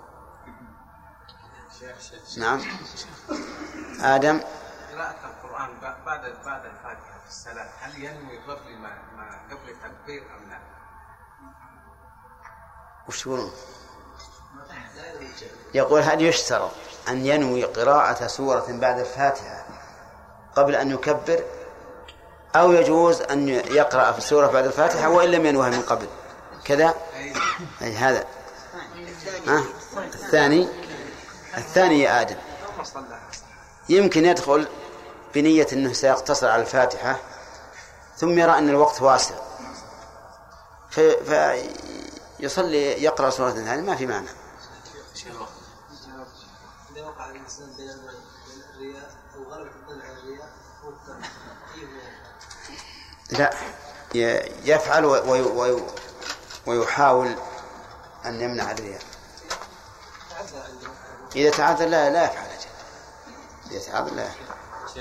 S1: نعم. آدم.
S11: قراءة القرآن بعد بعد الفاتحة في الصلاة هل ينوي قبل ما ما قبل التكبير أم لا؟
S1: وش يقولون؟ يقول هل يشترط أن ينوي قراءة سورة بعد الفاتحة قبل أن يكبر أو يجوز أن يقرأ في السورة بعد الفاتحة وإن لم ينوها من قبل كذا؟ أي هذا ها؟ الثاني الثاني يا آدم يمكن يدخل بنية أنه سيقتصر على الفاتحة ثم يرى أن الوقت واسع فيصلي يقرأ سورة ثانية ما في معنى.
S6: إذا وقع الإنسان بين الرياء أو غلبة الظن على الرياء أو الترك
S1: لا يفعل ويحاول أن يمنع الرياء. إذا تعذر لا لا يفعل أجل. إذا تعذر لا يفعل.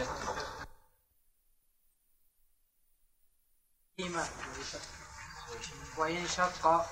S12: وإن شق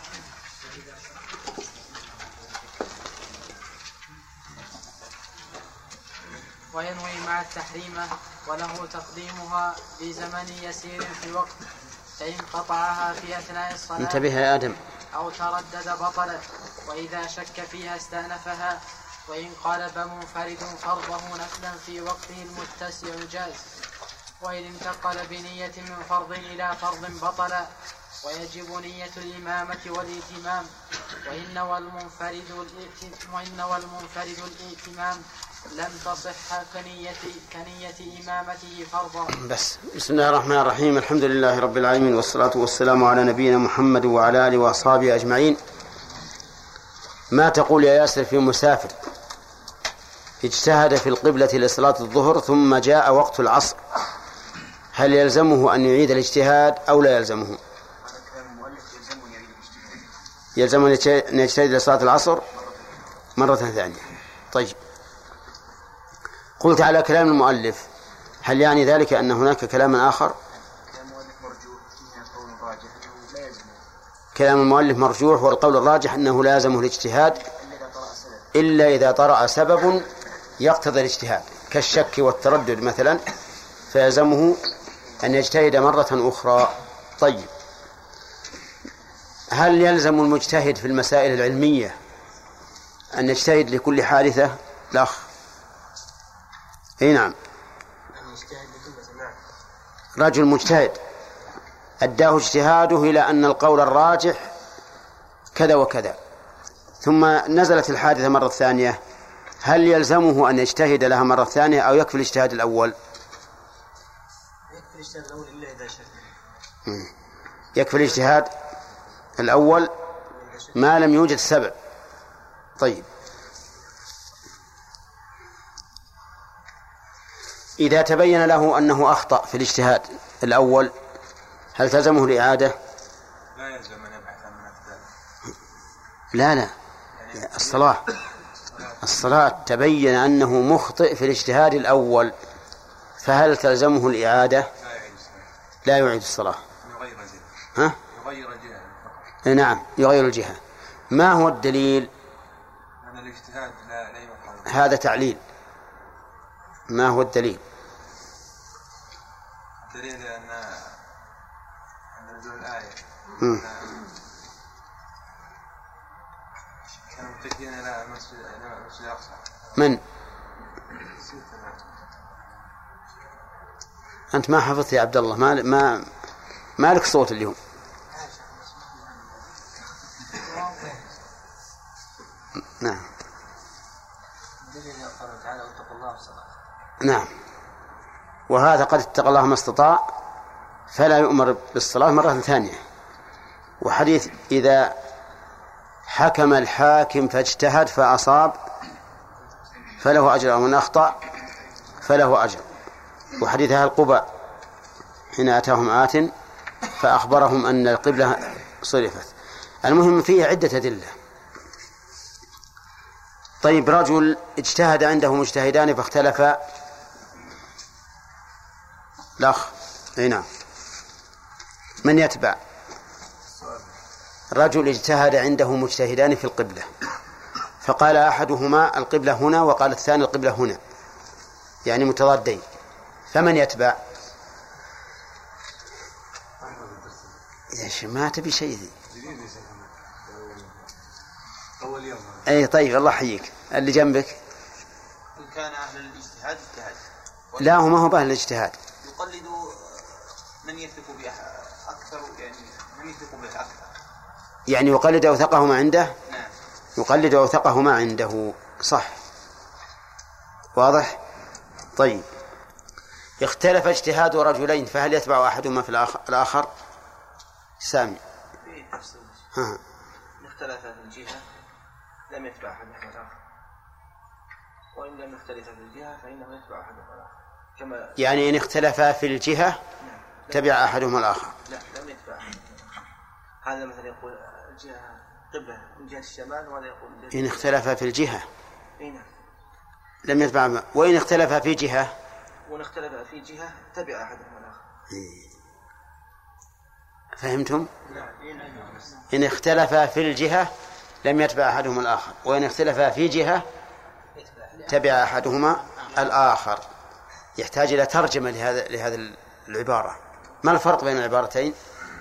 S12: وينوي مع التحريم وله تقديمها في زمن يسير في وقت، فإن قطعها في أثناء الصلاة
S1: انتبه يا آدم
S12: أو تردد بطلت، وإذا شك فيها استأنفها، وإن قلب منفرد فرضه نفلا في وقته المتسع جاز، وإن انتقل بنية من فرض إلى فرض بطل، ويجب نية الإمامة والإتمام، وإن والمنفرد وإن والمنفرد الإتمام لم تصح كنية, كنية إمامته فرضا.
S1: بس. بسم الله الرحمن الرحيم. الحمد لله رب العالمين، والصلاة والسلام على نبينا محمد وعلى آله وأصحابه أجمعين. ما تقول يا ياسر في مسافر اجتهد في القبلة لصلاة الظهر ثم جاء وقت العصر، هل يلزمه أن يعيد الاجتهاد أو لا يلزمه؟ يلزمه أن يجتهد لصلاة العصر مرة ثانية. طيب، قلت على كلام المؤلف، هل يعني ذلك أن هناك كلاما آخر؟ كلام المؤلف مرجوح، والقول الراجح أنه لازمه الاجتهاد إلا إذا طرأ سبب يقتضي الاجتهاد كالشك والتردد مثلا، فيلزمه أن يجتهد مرة أخرى. طيب، هل يلزم المجتهد في المسائل العلمية أن يجتهد لكل حادثة؟ لا. اي نعم، رجل مجتهد أداه اجتهاده إلى أن القول الراجح كذا وكذا، ثم نزلت الحادثة مرة ثانية، هل يلزمه أن يجتهد لها مرة ثانية أو يكفي الاجتهاد الأول؟
S3: يكفي الاجتهاد الأول إلا إذا شك.
S1: يكفي الاجتهاد الأول ما لم يوجد سبب. طيب، إذا تبين له أنه أخطأ في الاجتهاد الأول هل تلزمه الإعادة؟
S11: لا يلزم أن يبحث عن الثالث.
S1: لا لا، الصلاة الصلاة تبين أنه مخطئ في الاجتهاد الأول، فهل تلزمه الإعادة؟ لا يعيد الصلاة.
S11: يغير الجهة.
S1: ها؟
S11: يغير الجهة.
S1: نعم، يغير الجهة. ما هو الدليل؟
S11: أن الاجتهاد لا لا يقال.
S1: هذا تعليل. ما هو الدليل؟
S11: الدليل أن أن نزول الآية كانوا متجهين إلى المسجد المسجد الأقصى.
S1: من؟ أنت ما حفظت يا عبد الله، ما ما ما لك صوت اليوم. نعم. نعم، وهذا قد اتقى الله ما استطاع فلا يؤمر بالصلاة مرة ثانية. وحديث إذا حكم الحاكم فاجتهد فأصاب فله أجر، ومن أخطأ فله أجر. وحديث أهل قباء حين أتاهم آت فأخبرهم أن القبلة صرفت. المهم فيه عدة أدلة. طيب، رجل اجتهد عنده مجتهدان فاختلفا. الأخ هنا من يتبع؟ رجل اجتهد عنده مجتهدان في القبلة، فقال أحدهما القبلة هنا وقال الثاني القبلة هنا، يعني متضادين، فمن يتبع؟ يا ما تبي شيء ذي. أي طيب، الله حييك. اللي جنبك
S2: إن كان أهل الاجتهاد اجتهاد.
S1: لا، هو ما هو بأهل الاجتهاد.
S2: يقلد من يثق به أكثر، يعني من يثق به أكثر،
S1: يعني يقلد أوثقه ما عنده.
S2: نعم.
S1: يقلد أوثقه ما عنده، صح، واضح. طيب، اختلف اجتهاد رجلين فهل يتبع أحدهما في الآخر؟ سامي.
S2: في نفس
S1: ها.
S2: اختلف في الجهة لم يتبع أحدهما الآخر، وإن لم يختلف في الجهة فإنه يتبع أحدهما الآخر. كما
S1: يعني إن اختلفا في الجهة تبع أحدهما الآخر.
S2: لا لم يتبع أحدهما. هذا مثلا يقول الجهة قبلة من جهة الشمال وهذا يقول من جهة
S1: إن اختلف في الجهة
S2: إيه؟
S1: لم يتبع، وإن اختلف في جهة
S2: وإن اختلف في جهة تبع أحدهما الآخر.
S1: فهمتم؟ إن اختلف في الجهة لم يتبع أحدهما الآخر، وإن اختلف في جهة تبع أحدهما الآخر. يحتاج إلى ترجمة لهذا لهذا العبارة. ما الفرق بين العبارتين؟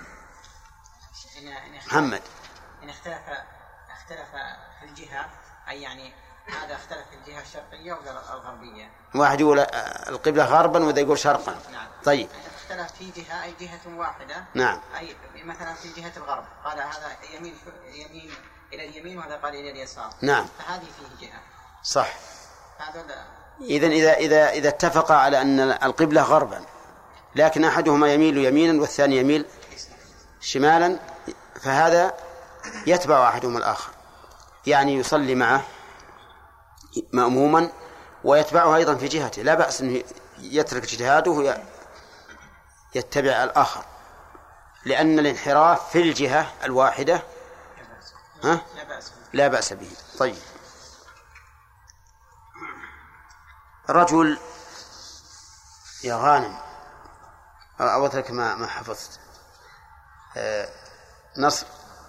S1: محمد.
S7: إن اختلف اختلف في الجهة أي يعني هذا اختلف في الجهة الشرقية والغربية.
S1: واحد يقول القبلة غربا وذا يقول شرقا.
S7: نعم.
S1: طيب.
S7: اختلف في جهة أي جهة واحدة.
S1: نعم.
S7: أي مثلا في جهة الغرب قال هذا يمين يمين إلى اليمين وهذا قال إلى اليسار.
S1: نعم.
S7: فهذه فيه جهة.
S1: صح.
S7: هذا لا.
S1: إذن إذا إذا إذا اتفق على أن القبلة غربا لكن أحدهما يميل يمينا والثاني يميل شمالا فهذا يتبع أحدهما الآخر، يعني يصلي معه مأموما ويتبعه أيضا في جهته، لا بأس أنه يترك اجتهاده يتبع الآخر، لأن الانحراف في الجهة الواحدة ها؟ لا بأس به. طيب. رجل يا غانم أوترك ما ما حفظت آه نصر.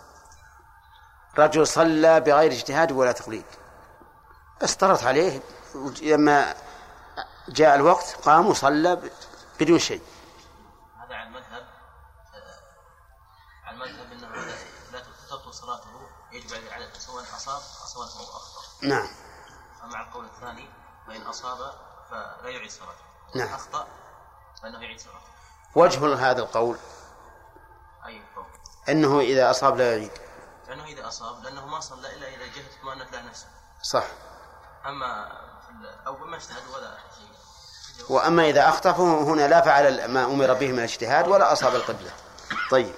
S1: رجل صلى بغير اجتهاد ولا تقليد، بس طرت عليه لما جاء الوقت قام وصلى بدون شيء.
S10: هذا على المذهب على المذهب أنه لا تبطل صلاته، يجب عليه سواء أصاب أو سواء أخطأ.
S1: نعم.
S10: أما القول الثاني فإن أصاب فلا يعيد صلاته.
S1: نعم.
S10: أخطأ فإنه يعيد صلاته.
S1: وجه هذا القول
S10: أي قول؟
S1: أنه إذا أصاب لا يعيد.
S10: لأنه إذا أصاب لأنه ما صلى إلا إلى جهة اطمأنت له نفسه.
S1: صح.
S10: أما أو ما اجتهد ولا شيء.
S1: وأما إذا أخطأ هنا لا فعل ما أمر به من الاجتهاد ولا أصاب القبلة. طيب.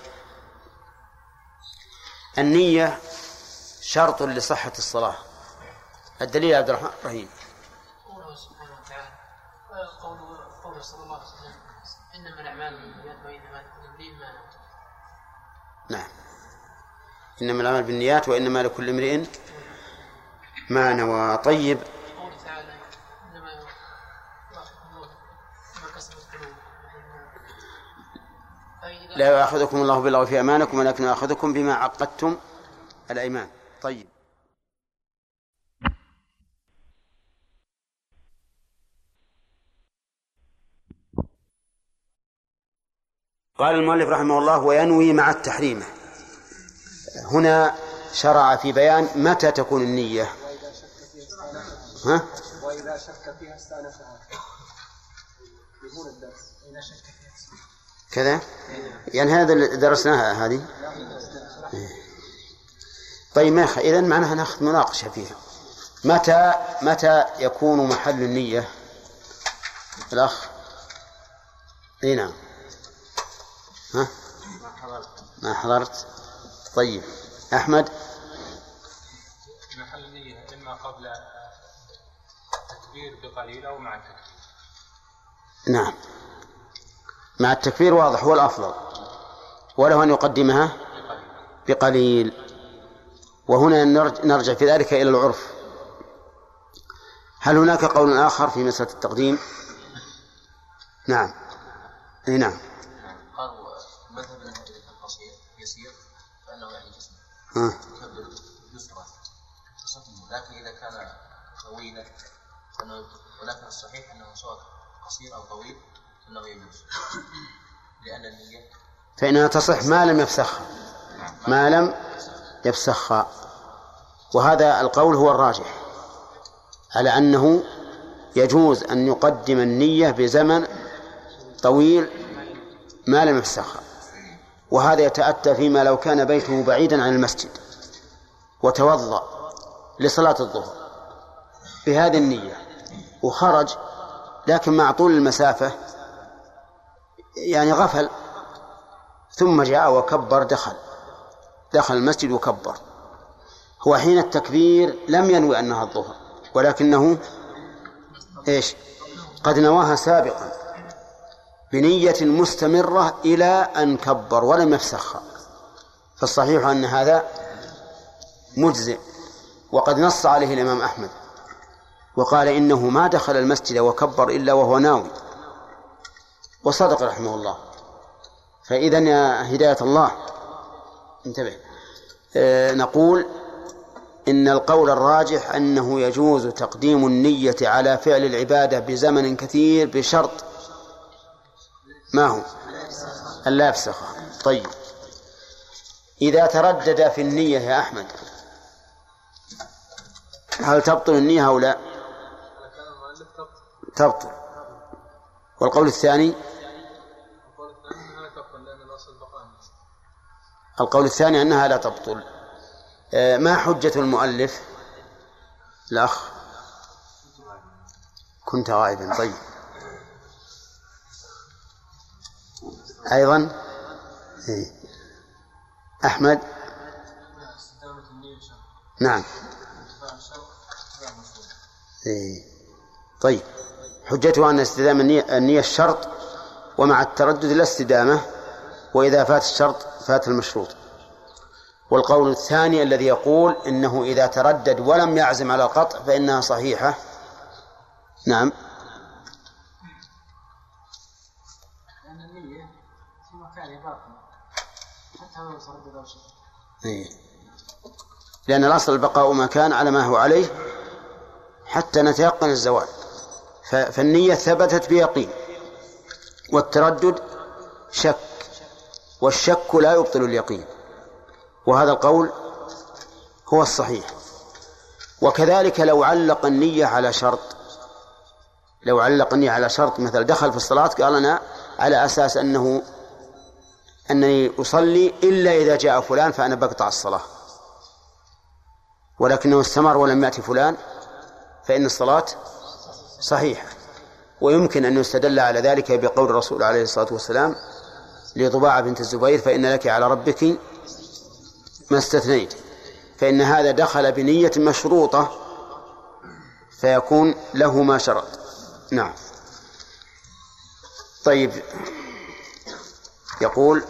S1: النية شرط لصحة الصلاة. الدليل يا عبد الرحمن رحيم.
S6: قوله سبحانه وتعالى قوله قوله صلى الله عليه وسلم إنما الأعمال بالنيات وإنما لكل ما نوى.
S1: نعم. إنما الأعمال بالنيات وإنما لكل امرئ ما نوى. طيب.
S6: قوله تعالى إنما ما كسبت قلوبكم
S1: لا يأخذكم الله باللغو في أيمانكم ولكن يأخذكم بما عقدتم الأيمان. طيب. قال المؤلف رحمه الله وينوي مع التحريم. هنا شرع في بيان متى تكون النية. ها؟
S13: وإذا شك فيها استأنفها. يكون الدرس إذا شك فيها
S1: كذا يعني هذا اللي درسناها هذه. طيب ما إذن معناها نأخذ مناقشة فيها. متى متى يكون محل النية؟ الأخ اي نعم. ها ما حضرت. طيب أحمد.
S8: محل النية إما قبل التكبير بقليل أو مع التكبير.
S1: نعم مع التكبير واضح هو الأفضل، وله أن يقدمها بقليل. وهنا نرجع في ذلك إلى العرف. هل هناك قول آخر في مسألة التقديم؟ نعم اي نعم.
S10: قالوا مذهب النهي القصير يسير فإنه يعني جسم يكبر يسرى، لكن إذا كان طويلا ولكن الصحيح أنه سواء قصير أو طويل فإنه يجوز، لأن النية
S1: فإنها تصح ما لم يفسخها ما لم يفسخها. وهذا القول هو الراجح على أنه يجوز أن يقدم النية بزمن طويل ما لم يفسخها. وهذا يتأتى فيما لو كان بيته بعيدا عن المسجد وتوضأ لصلاة الظهر بهذه النية وخرج، لكن مع طول المسافة يعني غفل، ثم جاء وكبر دخل دخل المسجد وكبر. هو حين التكبير لم ينوي أنها الظهر، ولكنه إيش قد نواها سابقا بنية مستمرة إلى أن كبر ولم يفسخها، فالصحيح أن هذا مجزئ. وقد نص عليه الإمام أحمد وقال إنه ما دخل المسجد وكبر إلا وهو ناوي، وصدق رحمه الله. فإذن يا هداية الله انتبه، آه نقول إن القول الراجح أنه يجوز تقديم النية على فعل العبادة بزمن كثير بشرط ما هو ألا يفسخها. طيب إذا تردد في النية يا أحمد هل تبطل النية أو لا؟ تبطل. والقول الثاني القول الثاني أنها لا تبطل. ما حجة المؤلف؟ الأخ كنت غائبا. طيب أيضا أحمد نعم. طيب حجته أن استدامة النية, النية الشرط، ومع التردد لا استدامة، وإذا فات الشرط فات المشروط. والقول الثاني الذي يقول إنه إذا تردد ولم يعزم على القطع فإنها صحيحة. نعم.
S6: لأن النية في مكان باقي حتى لو تردد أو شيء.
S1: إيه. لأن الأصل البقاء ما كان على ما هو عليه حتى نتيقن الزوال. فالنية ثبتت بيقين، والتردد شك، والشك لا يبطل اليقين، وهذا القول هو الصحيح. وكذلك لو علق النية على شرط، لو علق النية على شرط مثل دخل في الصلاة قال أنا على أساس أنه أنني أصلي إلا إذا جاء فلان فأنا بقطع الصلاة، ولكنه استمر ولم يأتي فلان، فإن الصلاة صحيحة. ويمكن أن يستدل على ذلك بقول الرسول عليه الصلاة والسلام لضباعة بنت الزبير فإن لك على ربك ما استثنيت، فإن هذا دخل بنية مشروطة فيكون له ما شرط. نعم. طيب يقول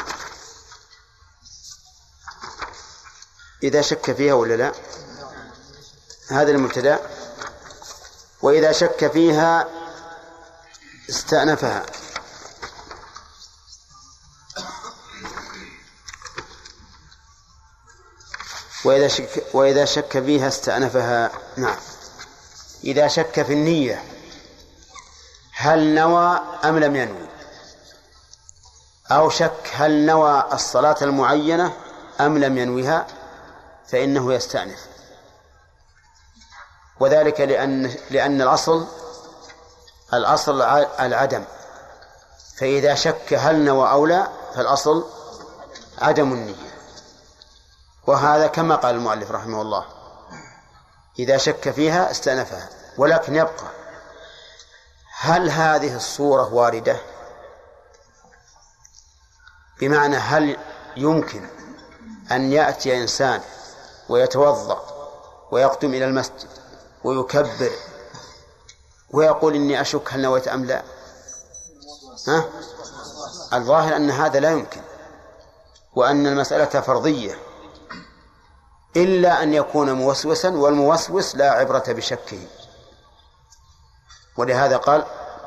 S1: إذا شك فيها ولا لا، هذا المبتدأ. وإذا شك فيها استأنفها. وإذا شك, وإذا شك فيها استأنفها. نعم. إذا شك في النية هل نوى أم لم ينوي، أو شك هل نوى الصلاة المعينة أم لم ينويها، فإنه يستأنف. وذلك لأن لأن الأصل الأصل العدم، فإذا شك هل نوى أو لا فالأصل عدم النية. وهذا كما قال المؤلف رحمه الله إذا شك فيها استأنفها. ولكن يبقى هل هذه الصورة واردة؟ بمعنى هل يمكن أن يأتي إنسان ويتوضأ ويقدم إلى المسجد ويكبر ويقول إني أشك هل نويت أم لا؟ ها؟ الظاهر أن هذا لا يمكن، وأن المسألة فرضية، إلا أن يكون موسوسا، والموسوس لا عبرة بشكه. ولهذا قال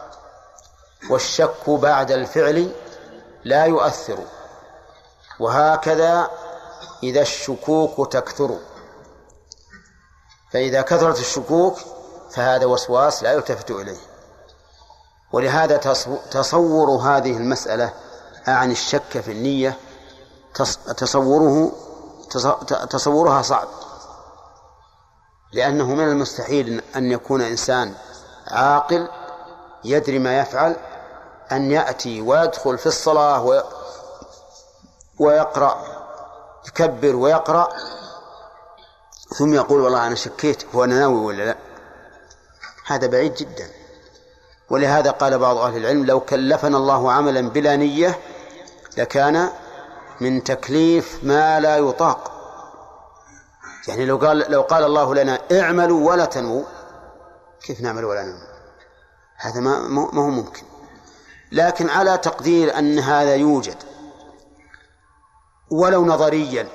S1: والشك بعد الفعل لا يؤثر، وهكذا إذا الشكوك تكثر. فإذا كثرت الشكوك فهذا وسواس لا يلتفت إليه. ولهذا تصور هذه المسألة عن الشك في النية تصوره تصورها صعب، لأنه من المستحيل أن يكون إنسان عاقل يدري ما يفعل أن يأتي ويدخل في الصلاة ويقرأ، يكبر ويقرأ، ثم يقول والله أنا شكيت هو أنا ناوي ولا لا. هذا بعيد جدا. ولهذا قال بعض أهل العلم لو كلفنا الله عملا بلا نية لكان من تكليف ما لا يطاق. يعني لو قال لو قال الله لنا اعملوا ولا تنووا، كيف نعمل ولا ننوي؟ هذا ما ما هو ممكن. لكن على تقدير أن هذا يوجد ولو نظريا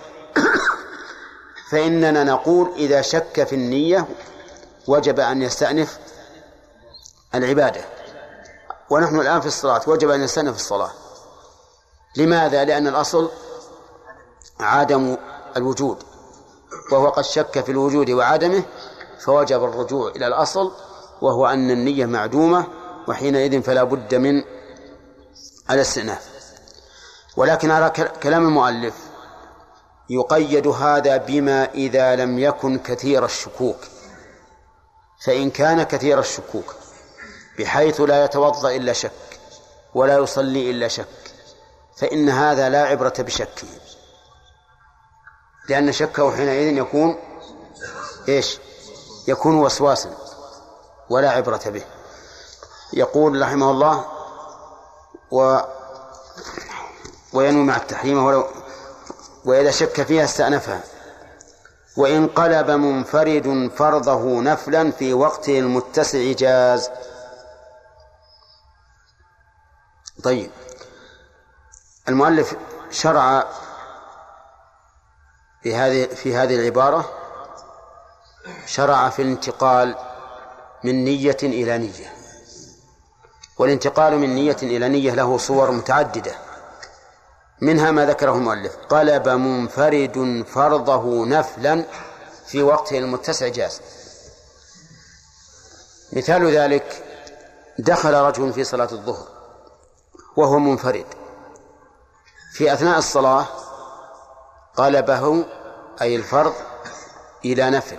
S1: فإننا نقول إذا شك في النية وجب أن يستأنف العبادة. ونحن الآن في الصلاة وجب أن يستأنف الصلاة. لماذا؟ لأن الأصل عدم الوجود، وهو قد شك في الوجود وعدمه، فوجب الرجوع إلى الأصل وهو أن النية معدومة، وحينئذ فلا بد من الاستئناف. ولكن على كلام المؤلف يقيد هذا بما إذا لم يكن كثير الشكوك. فإن كان كثير الشكوك بحيث لا يتوضأ إلا شك ولا يصلي إلا شك فإن هذا لا عبرة بشكه، لأن شكه حينئذ يكون إيش؟ يكون وسواسا ولا عبرة به. يقول رحمه الله و وينوي مع التحريم ولو وإذا شك فيها استأنفها. وإن قلب منفرد فرضه نفلا في وقته المتسع جاز. طيب، المؤلف شرع في هذه في هذه العبارة شرع في الانتقال من نية إلى نية. والانتقال من نية إلى نية له صور متعددة، منها ما ذكره المؤلف: قلب منفرد فرضه نفلا في وقته المتسع جاز. مثال ذلك: دخل رجل في صلاة الظهر وهو منفرد، في أثناء الصلاة قلبه أي الفرض إلى نفل.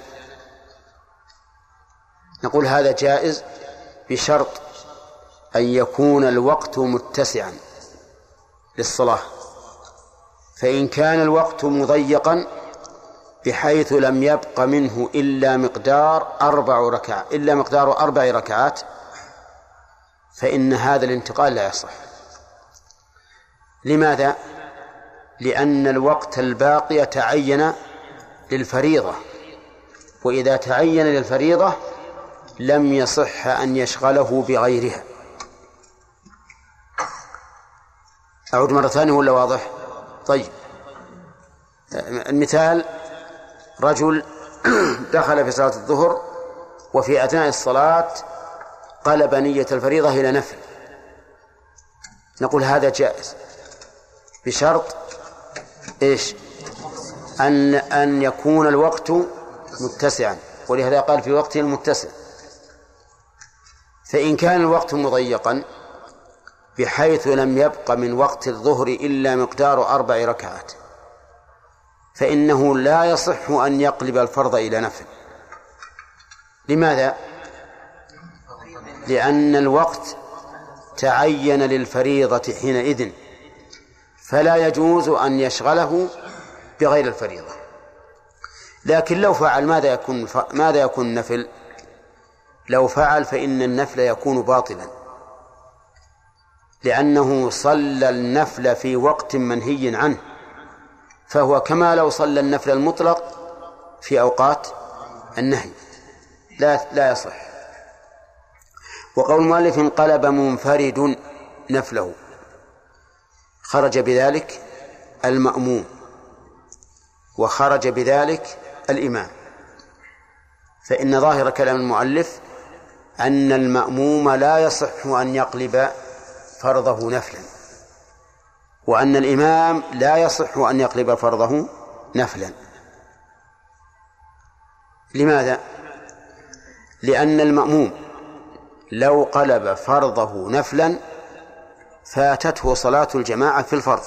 S1: نقول هذا جائز بشرط أن يكون الوقت متسعا للصلاة. فإن كان الوقت مضيقا بحيث لم يبق منه إلا مقدار أربع ركعات إلا مقدار أربع ركعات فإن هذا الانتقال لا يصح. لماذا؟ لأن الوقت الباقي تعين للفريضة، وإذا تعين للفريضة لم يصح أن يشغله بغيرها. أعود مرة ثانية ولا واضح؟ طيب، المثال: رجل دخل في صلاة الظهر وفي أثناء الصلاة قلب نية الفريضة إلى نفل. نقول هذا جائز بشرط إيش؟ أن أن يكون الوقت متسعا، ولهذا قال في وقته المتسع. فإن كان الوقت مضيقا بحيث لم يبق من وقت الظهر إلا مقدار أربع ركعات فإنه لا يصح أن يقلب الفرض إلى نفل. لماذا؟ لأن الوقت تعين للفريضة حينئذ، فلا يجوز أن يشغله بغير الفريضة. لكن لو فعل ماذا يكون ماذا يكون النفل؟ لو فعل فإن النفل يكون باطلا، لأنه صلى النفل في وقت منهي عنه، فهو كما لو صلى النفل المطلق في أوقات النهي، لا لا يصح. وقول المؤلف: انقلب منفرد نفله، خرج بذلك المأموم وخرج بذلك الإمام، فإن ظاهر كلام المؤلف أن المأموم لا يصح أن يقلب فرضه نفلا، وأن الإمام لا يصح أن يقلب فرضه نفلا. لماذا؟ لأن المأموم لو قلب فرضه نفلا فاتته صلاة الجماعة في الفرض،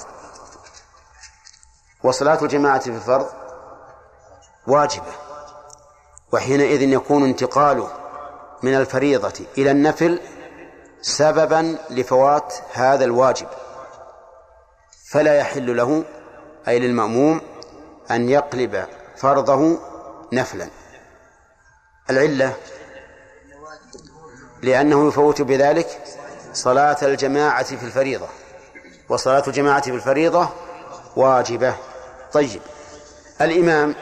S1: وصلاة الجماعة في الفرض واجبة، وحينئذ يكون انتقاله من الفريضة إلى النفل سببا لفوات هذا الواجب، فلا يحل له أي للمأموم أن يقلب فرضه نفلا. العلة لأنه يفوت بذلك صلاة الجماعة في الفريضة، وصلاة الجماعة في الفريضة واجبة. طيب، الإمام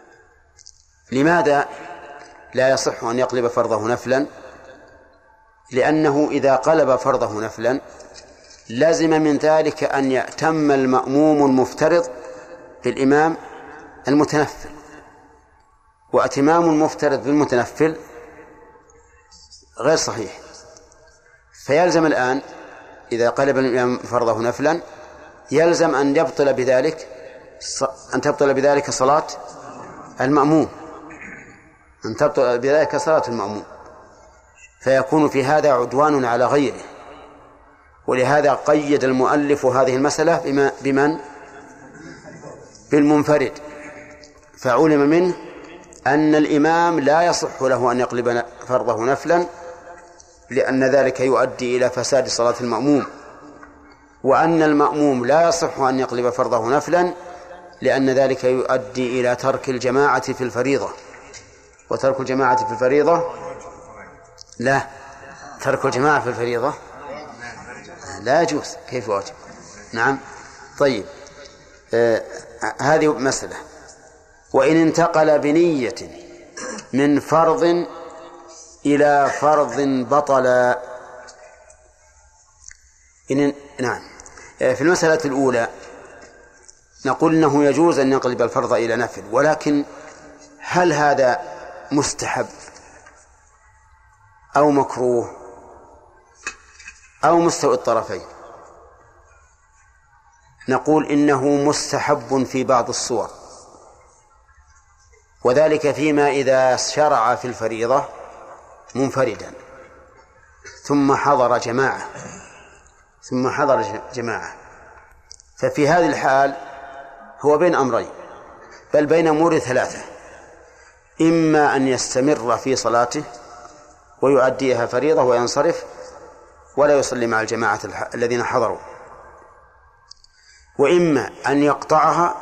S1: لماذا لا يصح أن يقلب فرضه نفلا؟ لأنه إذا قلب فرضه نفلا لازم من ذلك أن يأتم المأموم المفترض بالإمام المتنفل، وأتمام المفترض بالمتنفل غير صحيح. فيلزم الآن إذا قلب الإمام فرضه نفلا يلزم أن يبطل بذلك أن تبطل بذلك صلاة المأموم أن تبطل بذلك صلاة المأموم، فيكون في هذا عدوان على غيره. ولهذا قيد المؤلف هذه المسألة بما بمن بالمنفرد، فعلم منه أن الإمام لا يصح له أن يقلب فرضه نفلا لأن ذلك يؤدي إلى فساد صلاة المأموم، وأن المأموم لا يصح أن يقلب فرضه نفلا لأن ذلك يؤدي إلى ترك الجماعة في الفريضة. وترك الجماعة في الفريضة لا ترك الجماعة في الفريضة لا يجوز، كيف واجب؟ نعم. طيب آه هذه مسألة. وإن انتقل بنية من فرض إلى فرض بطل. إن نعم في المسألة الأولى نقول إنه يجوز أن يقلب الفرض إلى نفل، ولكن هل هذا مستحب أو مكروه أو مستوى الطرفين؟ نقول إنه مستحب في بعض الصور، وذلك فيما إذا شرع في الفريضة منفردا ثم حضر جماعة ثم حضر جماعة ففي هذه الحال هو بين أمرين، بل بين أمور ثلاثة: إما أن يستمر في صلاته ويؤديها فريضة وينصرف ولا يصلي مع الجماعة الذين حضروا، وإما أن يقطعها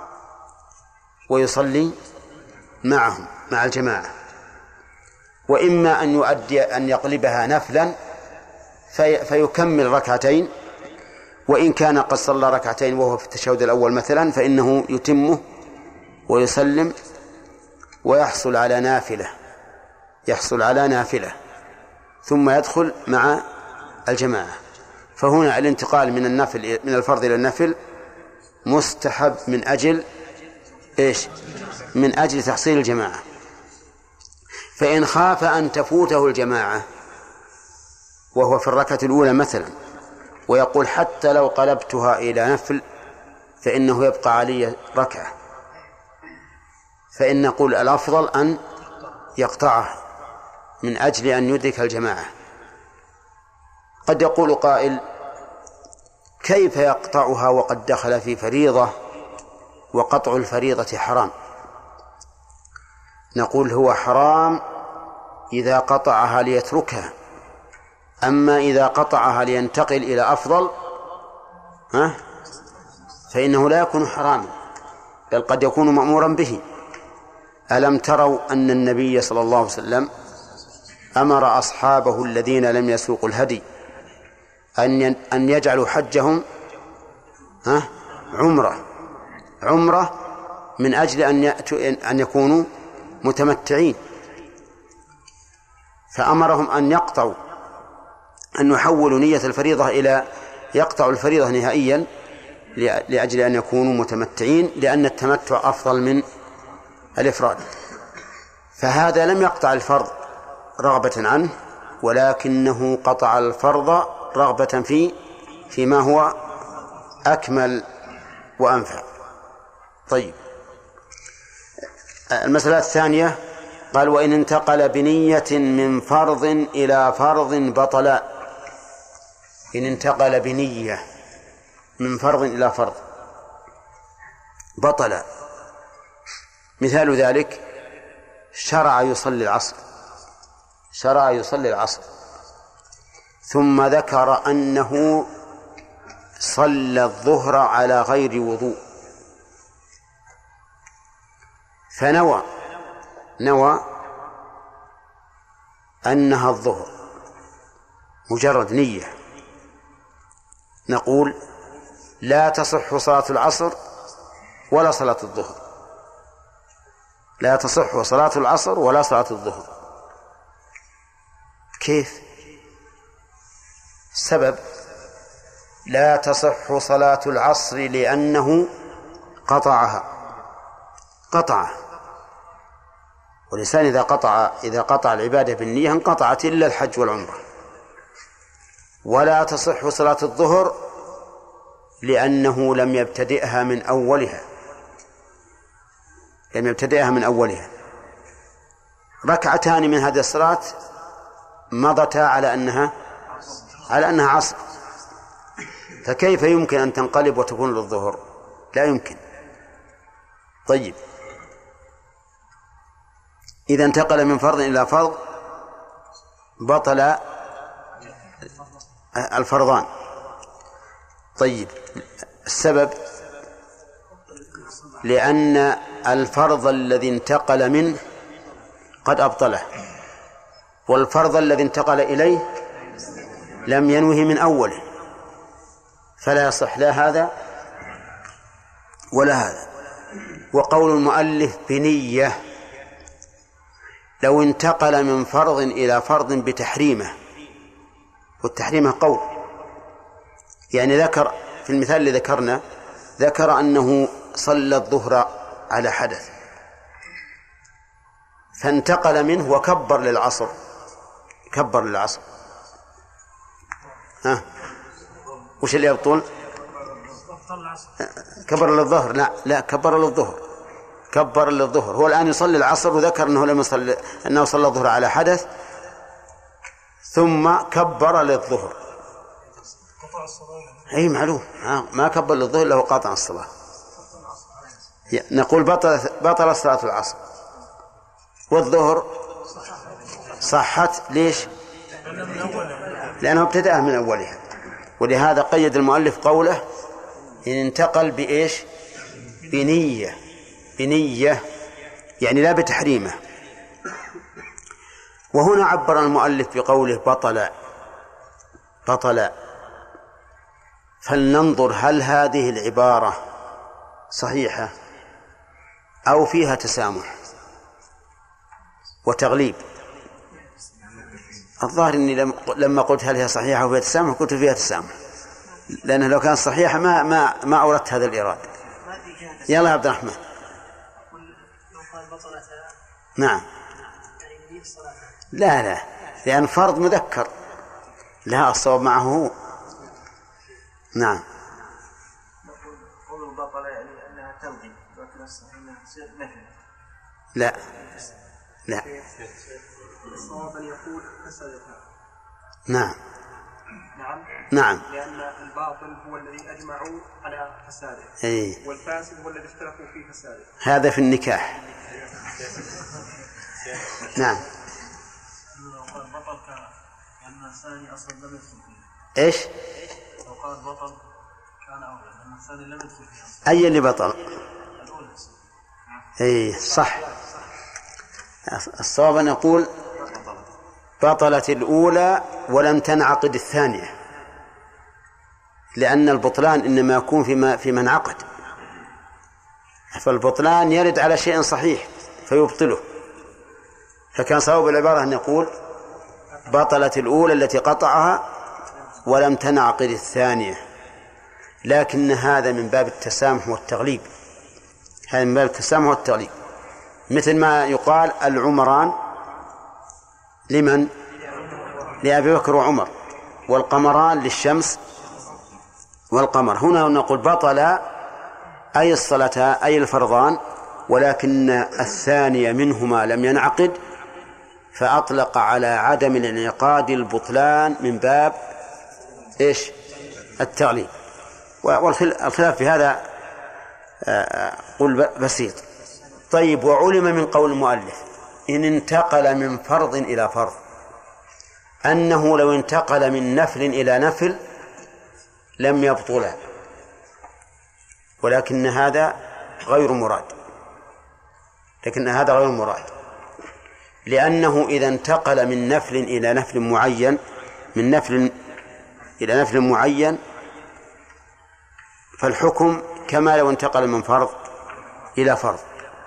S1: ويصلي معهم مع الجماعة، وإما أن يؤدي أن يقلبها نفلا في فيكمل ركعتين، وإن كان قد صلى ركعتين وهو في التشهد الأول مثلا فإنه يتمه ويسلم ويحصل على نافلة يحصل على نافلة ثم يدخل مع الجماعة. فهنا الانتقال من النفل من الفرض إلى النفل مستحب من أجل إيش؟ من أجل تحصيل الجماعة. فإن خاف أن تفوته الجماعة وهو في الركعة الأولى مثلا ويقول حتى لو قلبتها إلى نفل فإنه يبقى علي ركعة، فإن نقول الأفضل أن يقطعها من أجل أن يدرك الجماعة. قد يقول قائل: كيف يقطعها وقد دخل في فريضة وقطع الفريضة حرام؟ نقول هو حرام إذا قطعها ليتركها، أما إذا قطعها لينتقل إلى أفضل ها فإنه لا يكون حراما، بل قد يكون مأمورا به. ألم تروا أن النبي صلى الله عليه وسلم أمر أصحابه الذين لم يسوقوا الهدي أن أن يجعلوا حجهم ها عمرة عمرة من أجل أن يأتوا أن يكونوا متمتعين، فأمرهم أن يقطعوا أن يحولوا نية الفريضة إلى يقطعوا الفريضة نهائيا لأجل أن يكونوا متمتعين، لأن التمتع أفضل من الإفراد. فهذا لم يقطع الفرض رغبة عنه، ولكنه قطع الفرض رغبة في فيما هو أكمل وأنفع. طيب المسألة الثانية قال: وإن انتقل بنية من فرض إلى فرض بطلا. إن انتقل بنية من فرض إلى فرض بطلا. مثال ذلك: شرع يصلي العصر شرع يصلي العصر ثم ذكر أنه صلى الظهر على غير وضوء، فنوى نوى أنها الظهر مجرد نية، نقول لا تصح صلاة العصر ولا صلاة الظهر لا تصح صلاة العصر ولا صلاة الظهر. كيف؟ السبب: لا تصح صلاة العصر لأنه قطعها قطع والإنسان إذا قطع إذا قطع العبادة بالنية انقطعت إلا الحج والعمرة. ولا تصح صلاة الظهر لأنه لم يبتدئها من أولها لم يبتدئها من أولها ركعتان من هذه الصلاة مضتا على أنها على أنها عصر، فكيف يمكن أن تنقلب وتكون للظهر؟ لا يمكن. طيب، إذا انتقل من فرض إلى فرض بطل الفرضان. طيب، السبب: لأن الفرض الذي انتقل منه قد أبطله، والفرض الذي انتقل إليه لم ينوه من أوله، فلا يصح لا هذا ولا هذا. وقول المؤلف بنية، لو انتقل من فرض إلى فرض بتحريمه، والتحريمه قول، يعني ذكر في المثال اللي ذكرنا ذكر أنه صلى الظهر على حدث فانتقل منه وكبر للعصر كبر للعصر ها وش اللي يبطل؟ كبر للظهر. لا لا كبر للظهر كبر للظهر هو الآن يصلي العصر وذكر أنه لم يصلي أنه صلى الظهر على حدث ثم كبر للظهر. أي معلوم، ما كبر للظهر له قاطع الصلاة. نقول بطل بطل صلاة العصر، والظهر صحت. ليش؟ لأنه ابتدأ من أولها. ولهذا قيد المؤلف قوله إن انتقل بإيش؟ بنية بنية يعني لا بتحريمه. وهنا عبر المؤلف بقوله بطل بطل فلننظر هل هذه العبارة صحيحة أو فيها تسامح وتغليب. الظاهر أني لما قلت هل هي صحيحة أو فيها تسامح قلت فيها تسامح، لأنه لو كانت صحيحة ما ما ما أوردت هذا الإيراد. يلا يا عبد الرحمن. نعم. لا لا لأن فرض مذكر، لا الصواب معه هو. نعم.
S2: قول بطل يعني أنها تلغي، لكن الصحيح أنها تصير نفي.
S1: لا لا
S13: الصواب أن يقول فسدتها.
S1: نعم
S13: نعم
S1: نعم
S13: لأن الباطل هو الذي أجمعوا على فساده،
S1: أي.
S13: والفاسد هو الذي اختلفوا في فساده.
S1: هذا في النكاح. نعم.
S2: لو قال بطل كان الثاني أصلا لم يدخل فيها.
S1: إيش؟
S2: لو قال بطل كان أولى لأن الثاني لم يدخل فيها.
S1: أي اللي بطل؟
S2: الأولى.
S1: أي صح. الصواب أن يقول بطلت الأولى ولم تنعقد الثانية، لأن البطلان إنما يكون فيما في من عقد، فالبطلان يرد على شيء صحيح فيبطله. فكان صواب العبارة أن يقول بطلت الأولى التي قطعها ولم تنعقد الثانية، لكن هذا من باب التسامح والتغليب. هذا من باب التسامح والتغليب، مثل ما يقال العمران لمن؟ لأبي بكر وعمر، والقمران للشمس والقمر. هنا نقول بطل أي الصلاة أي الفرضان، ولكن الثانية منهما لم ينعقد، فأطلق على عدم الانعقاد البطلان من باب إيش؟ التغليب. والخلاف في هذا قل بسيط. طيب، وعلم من قول المؤلف إن انتقل من فرض إلى فرض أنه لو انتقل من نفل إلى نفل لم يبطل، ولكن هذا غير مراد لكن هذا غير مراد لأنه إذا انتقل من نفل إلى نفل معين من نفل إلى نفل معين فالحكم كما لو انتقل من فرض إلى فرض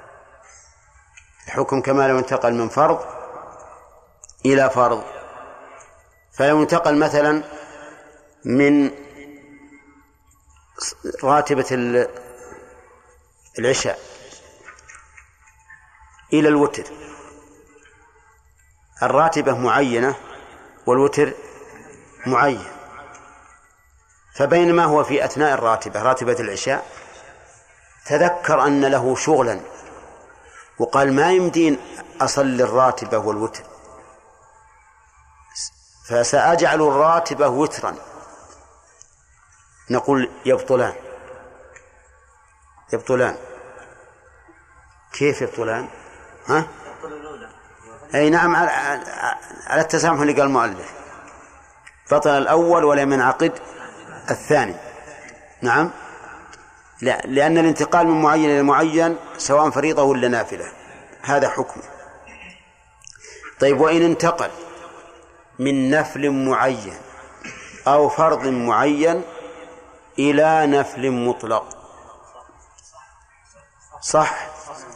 S1: الحكم كما لو انتقل من فرض إلى فرض. فلو انتقل مثلا من راتبة العشاء إلى الوتر، الراتبة معينة والوتر معين، فبينما هو في أثناء الراتبة راتبة العشاء تذكر أن له شغلا وقال ما يمدين أصلي الراتبة والوتر، فسأجعل الراتبة وترا، نقول يبطلان يبطلان كيف يبطلان؟ ها؟ أي نعم، على التسامح اللي قال المؤلف، بطل الأول ولم ينعقد الثاني. نعم، لا، لأن الانتقال من معين إلى معين سواء فريضة ولا نافلة هذا حكم. طيب، وإن انتقل من نفل معين أو فرض معين إلى نفل مطلق، صح؟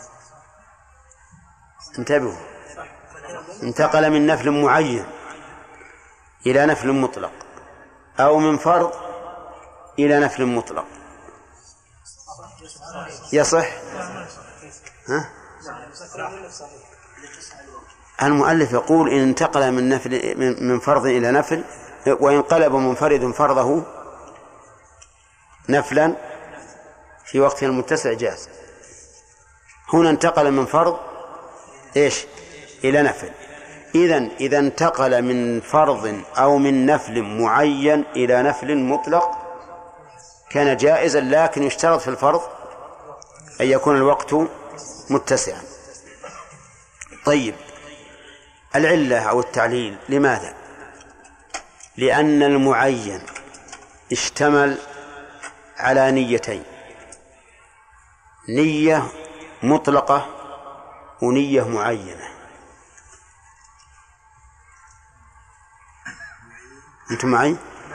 S1: انتبهوا، انتقل من نفل معين إلى نفل مطلق أو من فرض إلى نفل مطلق، يصح؟ ها؟ المؤلف يقول إن انتقل من نفل من فرض إلى نفل، وينقلب منفرد فرضه نفلا في وقت المتسع جاز. هنا انتقل من فرض إيش إلى نفل. إذن إذا انتقل من فرض أو من نفل معين إلى نفل مطلق كان جائزا، لكن يشترط في الفرض أن يكون الوقت متسعا. طيب، العلة أو التعليل لماذا؟ لأن المعين اشتمل على نيتين، نية مطلقة ونية معينة. أنتم معي؟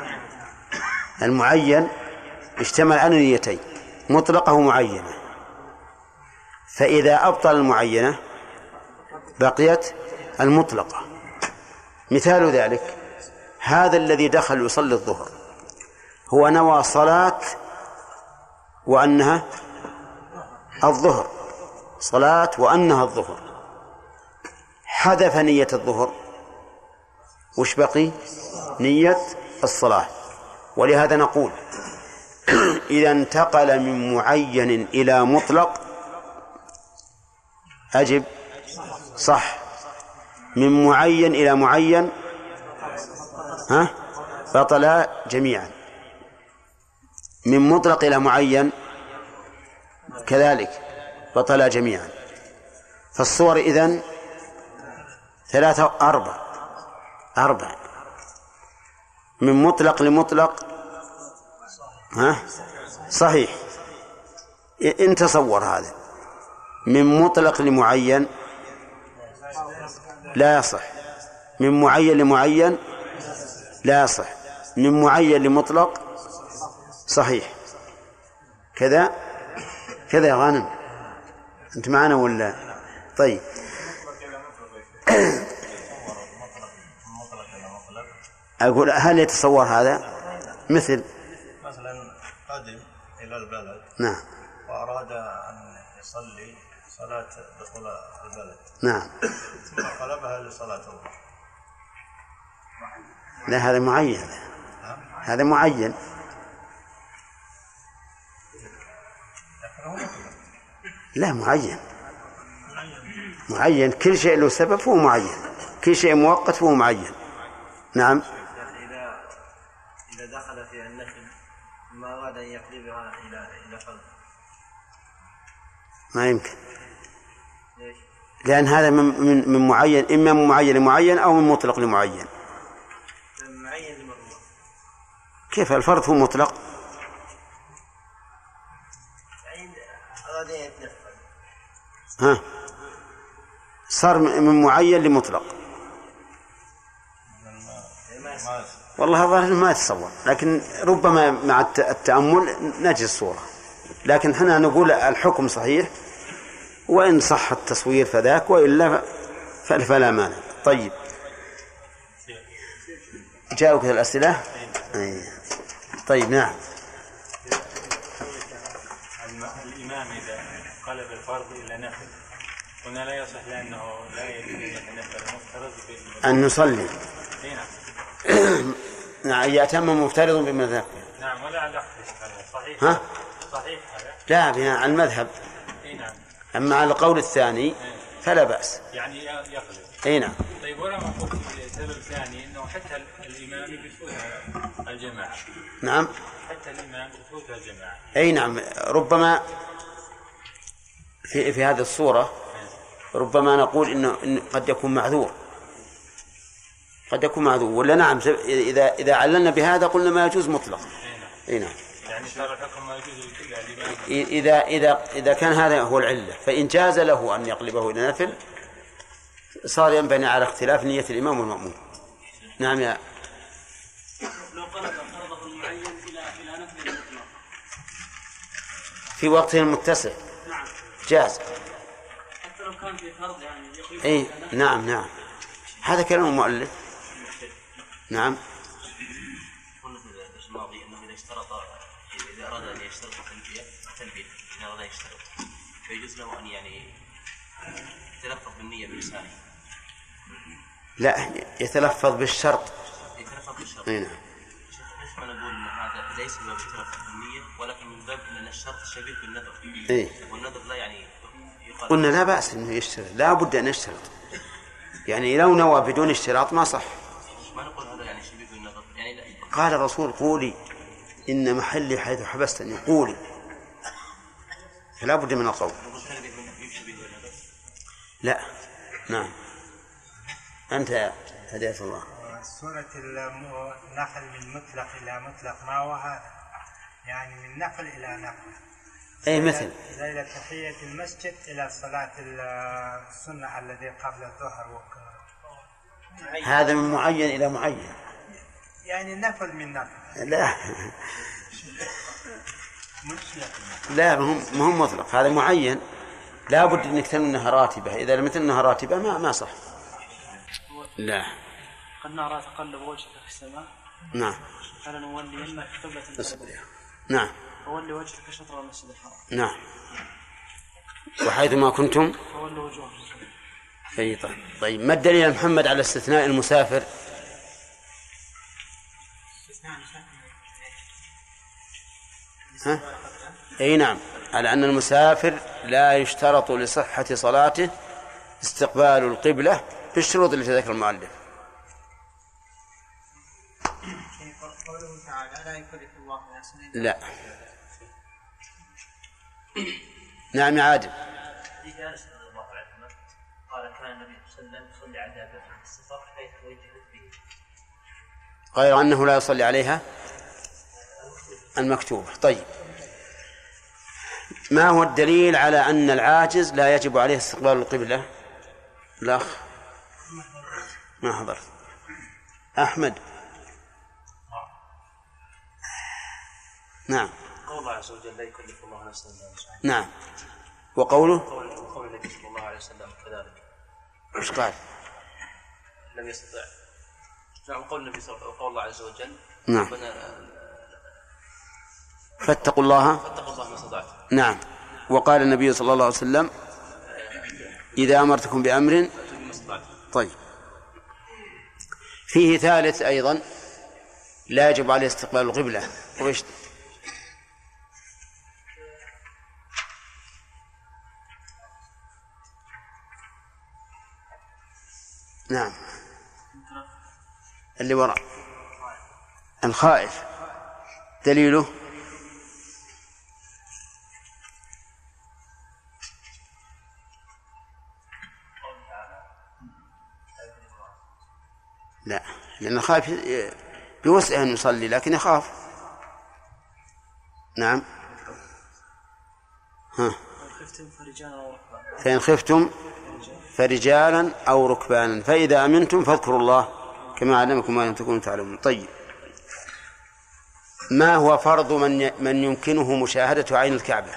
S1: المعين اشتمل على نيتين مطلقة ومعينة، فإذا أبطل المعينة بقيت المطلقة. مثال ذلك هذا الذي دخل يصلي الظهر هو نوى صلاة وأنها الظهر، صلاة وأنها الظهر، حذف نية الظهر، وش بقي؟ نية الصلاة. ولهذا نقول إذا انتقل من معين إلى مطلق أجب صح، من معين إلى معين ها بطل جميعا، من مطلق إلى معين كذلك بطل جميعا. فالصور إذن ثلاثة أربع أربع من مطلق لمطلق ها صحيح. إن تصور هذا من مطلق لمعين لا يصح، من معين لمعين لا يصح، من معين لمطلق صحيح. كذا كذا يا غانم، أنت معنا ولا؟ طيب أقول هل يتصور هذا؟ مثل
S14: مثلا قادم إلى البلد
S1: نعم
S14: وأراد أن يصلي صلاة دخول البلد
S1: نعم
S14: ثم قلبها لصلاة الظهر،
S1: لا هذا معين، هذا معين لا معين معين كل شيء له سبب فهو معين، كل شيء مؤقت فهو معين. نعم.
S2: إذا إذا دخل في النفل ما أراد أن يقلبها إلى إلى فرض
S1: ما يمكن، لأن هذا من من, من معين، إما من معين لمعين أو من مطلق لمعين.
S2: من معين لمطلق.
S1: كيف الفرض هو مطلق؟
S2: أراد أن يتنفل.
S1: ها صار من معين لمطلق. والله الظاهر ما يتصور، لكن ربما مع التأمل نجد الصورة، لكن حنا نقول الحكم صحيح، وإن صح التصوير فذاك، وإلا فلا مانع. طيب، جاءوك الأسئلة؟ طيب نعم.
S8: الإمام إذا قلب الفرض إلى نفل قلنا لا يصح لأنه لا يجوز أن يتنفل المفترض
S1: أن يصلي.
S8: نعم.
S1: نعم يأتم مفترض بالمذهب.
S8: نعم ولا على صحيح.
S1: ها؟
S8: صحيح هذا.
S1: لا بناء على المذهب.
S8: اي نعم.
S1: أما على القول الثاني فلا بأس.
S8: يعني يقلب.
S1: اي نعم.
S8: طيب ولا ما السبب الثاني انه حتى الامام بيفوتها الجماعه.
S1: نعم.
S8: حتى الامام بيفوتها الجماعه.
S1: اي نعم ربما في في هذه الصورة ربما نقول انه إن قد يكون معذور. قد يكون معذور ولا نعم اذا اذا عللنا بهذا قلنا ما يجوز مطلقا. اي نعم.
S8: يعني صار الحكم ما يجوز للامام.
S1: اذا اذا اذا كان هذا هو العلة فإن جاز له أن يقلبه إلى نفل صار ينبني على اختلاف نية الإمام والمأموم. نعم يا
S15: لو قلب فرضه المعين إلى إلى نفل المطلق
S1: في وقته المتسع.
S15: نعم.
S1: جاز.
S15: حتى لو كان في فرض يعني يقلب.
S1: اي نعم نعم هذا كلام المؤلف. نعم.
S10: قلنا في الدرس الماضي انه اذا اشترط اذا اراد ان يشترط تلبيه تلبيه اذا اراد ان يشترط فيجوز له ان يعني يتلفظ بالنية بلسانه.
S1: لا يتلفظ بالشرط.
S10: يتلفظ بالشرط.
S1: اي نعم.
S10: ليش ما نقول ان هذا ليس باب يتلفظ بالنية ولكن من باب ان الشرط شبيه بالنذر.
S1: اي.
S10: والنذر لا يعني يقال.
S1: قلنا لا بأس انه يشترط لا بد ان يشترط يعني لو نوى بدون اشتراط ما صح.
S10: ما نقول هذا يعني شبيه بالنذر يعني لا.
S1: قال الرسول قولي إن محلي حيث حبستني قولي فلا بد من القول. لا نعم. أنت هداية الله.
S9: سورة النقل من مطلق إلى مطلق ما هو هذا يعني من نقل إلى نقل.
S1: أي مثل
S9: إلى تحية المسجد إلى صلاة السنة الذي قبل الظهر وك...
S1: هذا من معين إلى معين
S9: يعني نقل من نقل.
S1: لا لا مهم مهم مطلق هذا معين لا بد أنك تنها راتبة إذا لم تنها راتبة ما ما صح. لا
S15: قد نرى تقلب وجهك في السماء.
S1: نعم.
S15: قال نولي إنك قبلة.
S1: نعم.
S15: فولي وجهك شطر المسجد الحرام.
S1: نعم. وحيث ما كنتم
S15: فولوا وجوهكم.
S1: أي طيب. طيب ما الدليل يا محمد على استثناء المسافر؟ ها؟ أي نعم على أن المسافر لا يشترط لصحة صلاته استقبال القبلة بالشروط التي ذكر المؤلف.
S12: قوله تعالى لا يكلف الله نفسا
S1: لا. نعم يا عادل.
S10: قال كان النبي صلى الله عليه وسلم يصلي على دابته في السفر حيث وجهت به
S1: غير أنه لا يصلي عليها المكتوبة. طيب ما هو الدليل على أن العاجز لا يجب عليه استقبال القبلة؟ الأخ ما حضر. أحمد. نعم.
S10: قول الله عز وجل لا يكلف الله نفسا الا وسعها.
S1: نعم. وقوله
S10: قول النبي صلى الله عليه وسلم كذلك.
S1: ايش قال؟
S10: لم يستطع. نعم قول النبي صلى الله عليه وسلم قول الله عز وجل.
S1: نعم. فاتقوا الله.
S10: فاتقوا الله ما استطعتم.
S1: نعم. وقال النبي صلى الله عليه وسلم إذا أمرتكم بأمر. طيب. فيه ثالث أيضا لا يجب عليه استقبال القبلة وإيش؟ نعم اللي وراء الخائف دليله لا لأن الخائف بوسعه أن يصلي لكن يخاف. نعم. ها. فإن خفتم فرجالا أو ركبانا فإذا أمنتم فاذكروا الله كما علمكم ما لم تكونوا تعلمون. طيب ما هو فرض من من يمكنه مشاهدة عين الكعبة؟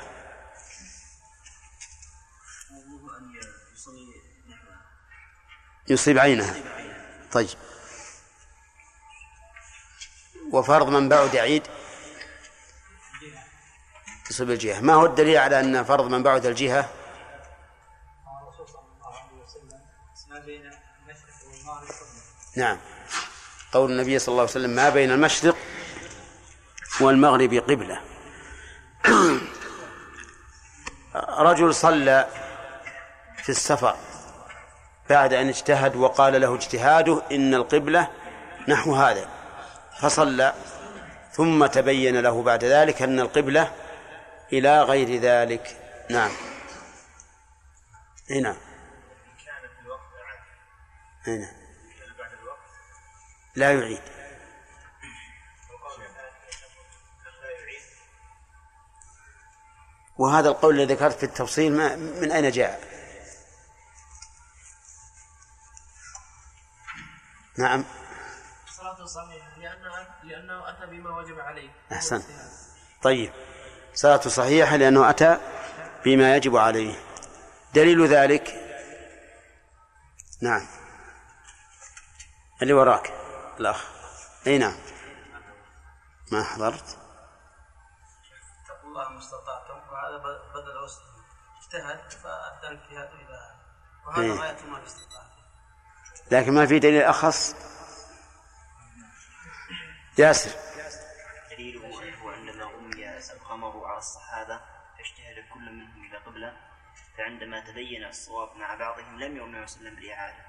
S1: يصيب عينها. طيب وفرض من بعد عيد يصيب الجهة. ما هو الدليل على أن فرض من بعد الجهة؟ نعم، قول النبي صلى الله عليه وسلم ما بين المشرق والمغرب قبلة. رجل صلى في السفر بعد أن اجتهد وقال له اجتهاده إن القبلة نحو هذا، فصلى ثم تبين له بعد ذلك أن القبلة إلى غير ذلك. نعم هنا هنا لا يعيد. وهذا القول الذي ذكرت في التفصيل ما من أين جاء؟ نعم
S6: صلاته صحيحة لأنه أتى بما وجب عليه.
S1: أحسن. طيب صلاته صحيحة لأنه أتى بما يجب عليه. دليل ذلك نعم اللي وراك الأخ. أي نعم ما حضرت.
S16: اتقوا الله ما استطعتم، وهذا بدل وسط اجتهد فأدى الاجتهاد إلى وهذا غاية ما استطاع،
S1: لكن ما في دليل أخص. ياسر.
S3: دليله هو عندما غمي القمر على الصحابة فاجتهد كل منهم إلى قبلة، فعندما تبين الصواب مع بعضهم لم يؤمر وسلم بالإعادة.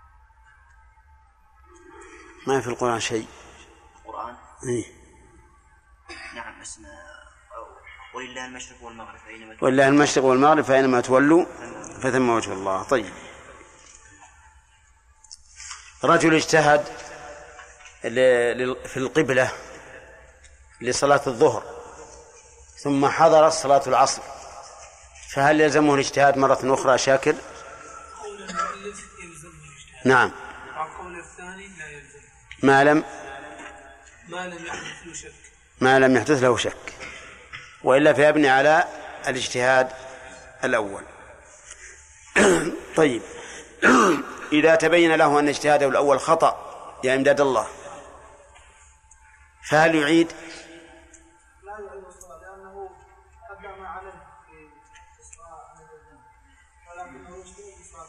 S1: ما في القرآن شيء.
S3: القرآن
S1: إيه؟
S3: نعم اسمه ولله المشرق والمغرب فأينما
S1: ولله المشرق والمغرب فأينما تولوا فثم وجه الله. طيب رجل اجتهد في القبلة لصلاة الظهر ثم حضرت صلاة العصر، فهل يلزمه الاجتهاد مرة أخرى شاكر؟
S6: قول المؤلف يلزمه الاجتهاد.
S1: نعم.
S6: والقول الثاني لا يلزم
S1: ما لم
S6: ما لم يحدث له شك
S1: ما لم يحدث له شك، وإلا فيبني على الاجتهاد الأول. طيب إذا تبين له أن اجتهاده الأول خطأ يا إمداد الله فهل يعيد؟
S6: لا يعيد الصلاة لأنه أدى ما عليه في إسراء ولكنه يجتهد إسراء.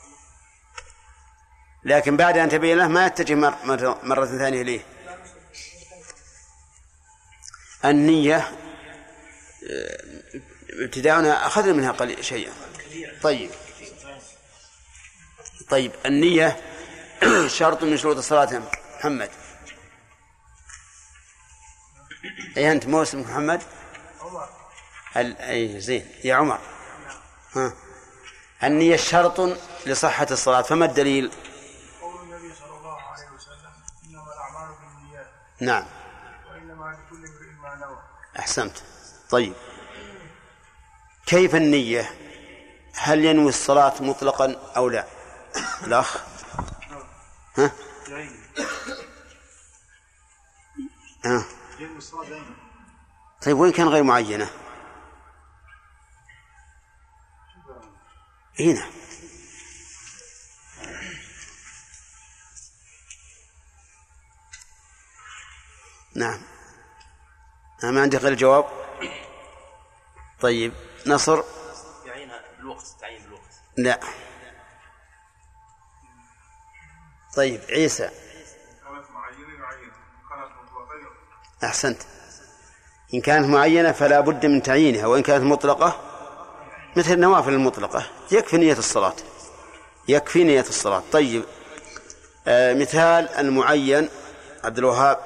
S1: لكن بعد أن تبين له ما يتجه مرة, مرة ثانية ليه. النية ابتداءنا أخذنا منها قليل شيئا. طيب طيب النية شرط من شروط الصلاة. محمد أي أنت مو اسمك محمد؟
S6: عمر.
S1: أي زين يا عمر. ها النية شرط لصحة الصلاة، فما الدليل؟
S6: قول النبي صلى الله عليه وسلم إنما الأعمال بالنيات.
S1: نعم.
S6: وإنما لكل امرئ ما نوى.
S1: أحسنت. طيب كيف النية؟ هل ينوي الصلاة مطلقا أو لا؟ الأخ ها؟ ها؟ طيب وين كان غير معينة؟ هنا. نعم أنا ما عندي غير الجواب. طيب نصر.
S10: يعينها بالوقت، تعيين بالوقت.
S1: لا. طيب عيسى. أحسنت. إن كانت معينة فلا بد من تعيينها، وإن كانت مطلقة مثل النوافل المطلقة يكفي نية الصلاة، يكفي نية الصلاة. طيب آه مثال المعين عبد الوهاب.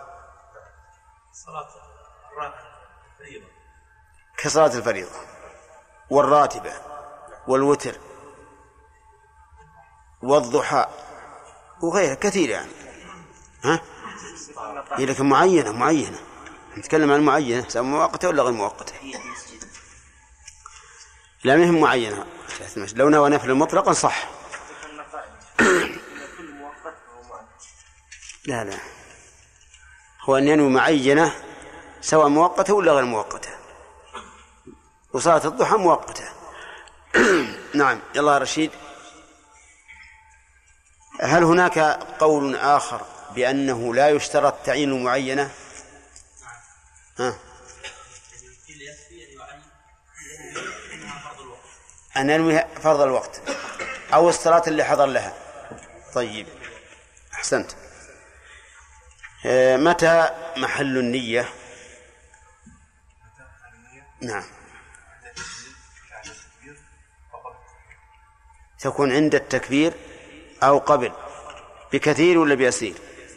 S16: صلاة الفريضة
S1: كصلاة الفريضة والراتبة والوتر والضحى وغيرها كثير يعني. ها هي لكن معينة معينة نتكلم عن معينة سواء مؤقتة ولا غير مؤقتة. لا مهم معينة. لو نوى نفل مطلقا صح. لا لا هو أن ينوي معينة سواء مؤقتة ولا غير مؤقتة، وصلاة الضحى مؤقتة. نعم يلا رشيد. هل هناك قول آخر بأنه لا يشترط تعيين معينة؟ ها؟
S16: يكفي أن يعين
S1: أن ينوي فرض الوقت أو الصلاة اللي حضر لها. طيب أحسنت. متى محل النية؟ نعم تكون عند التكبير أو قبل، بكثير ولا بيسير؟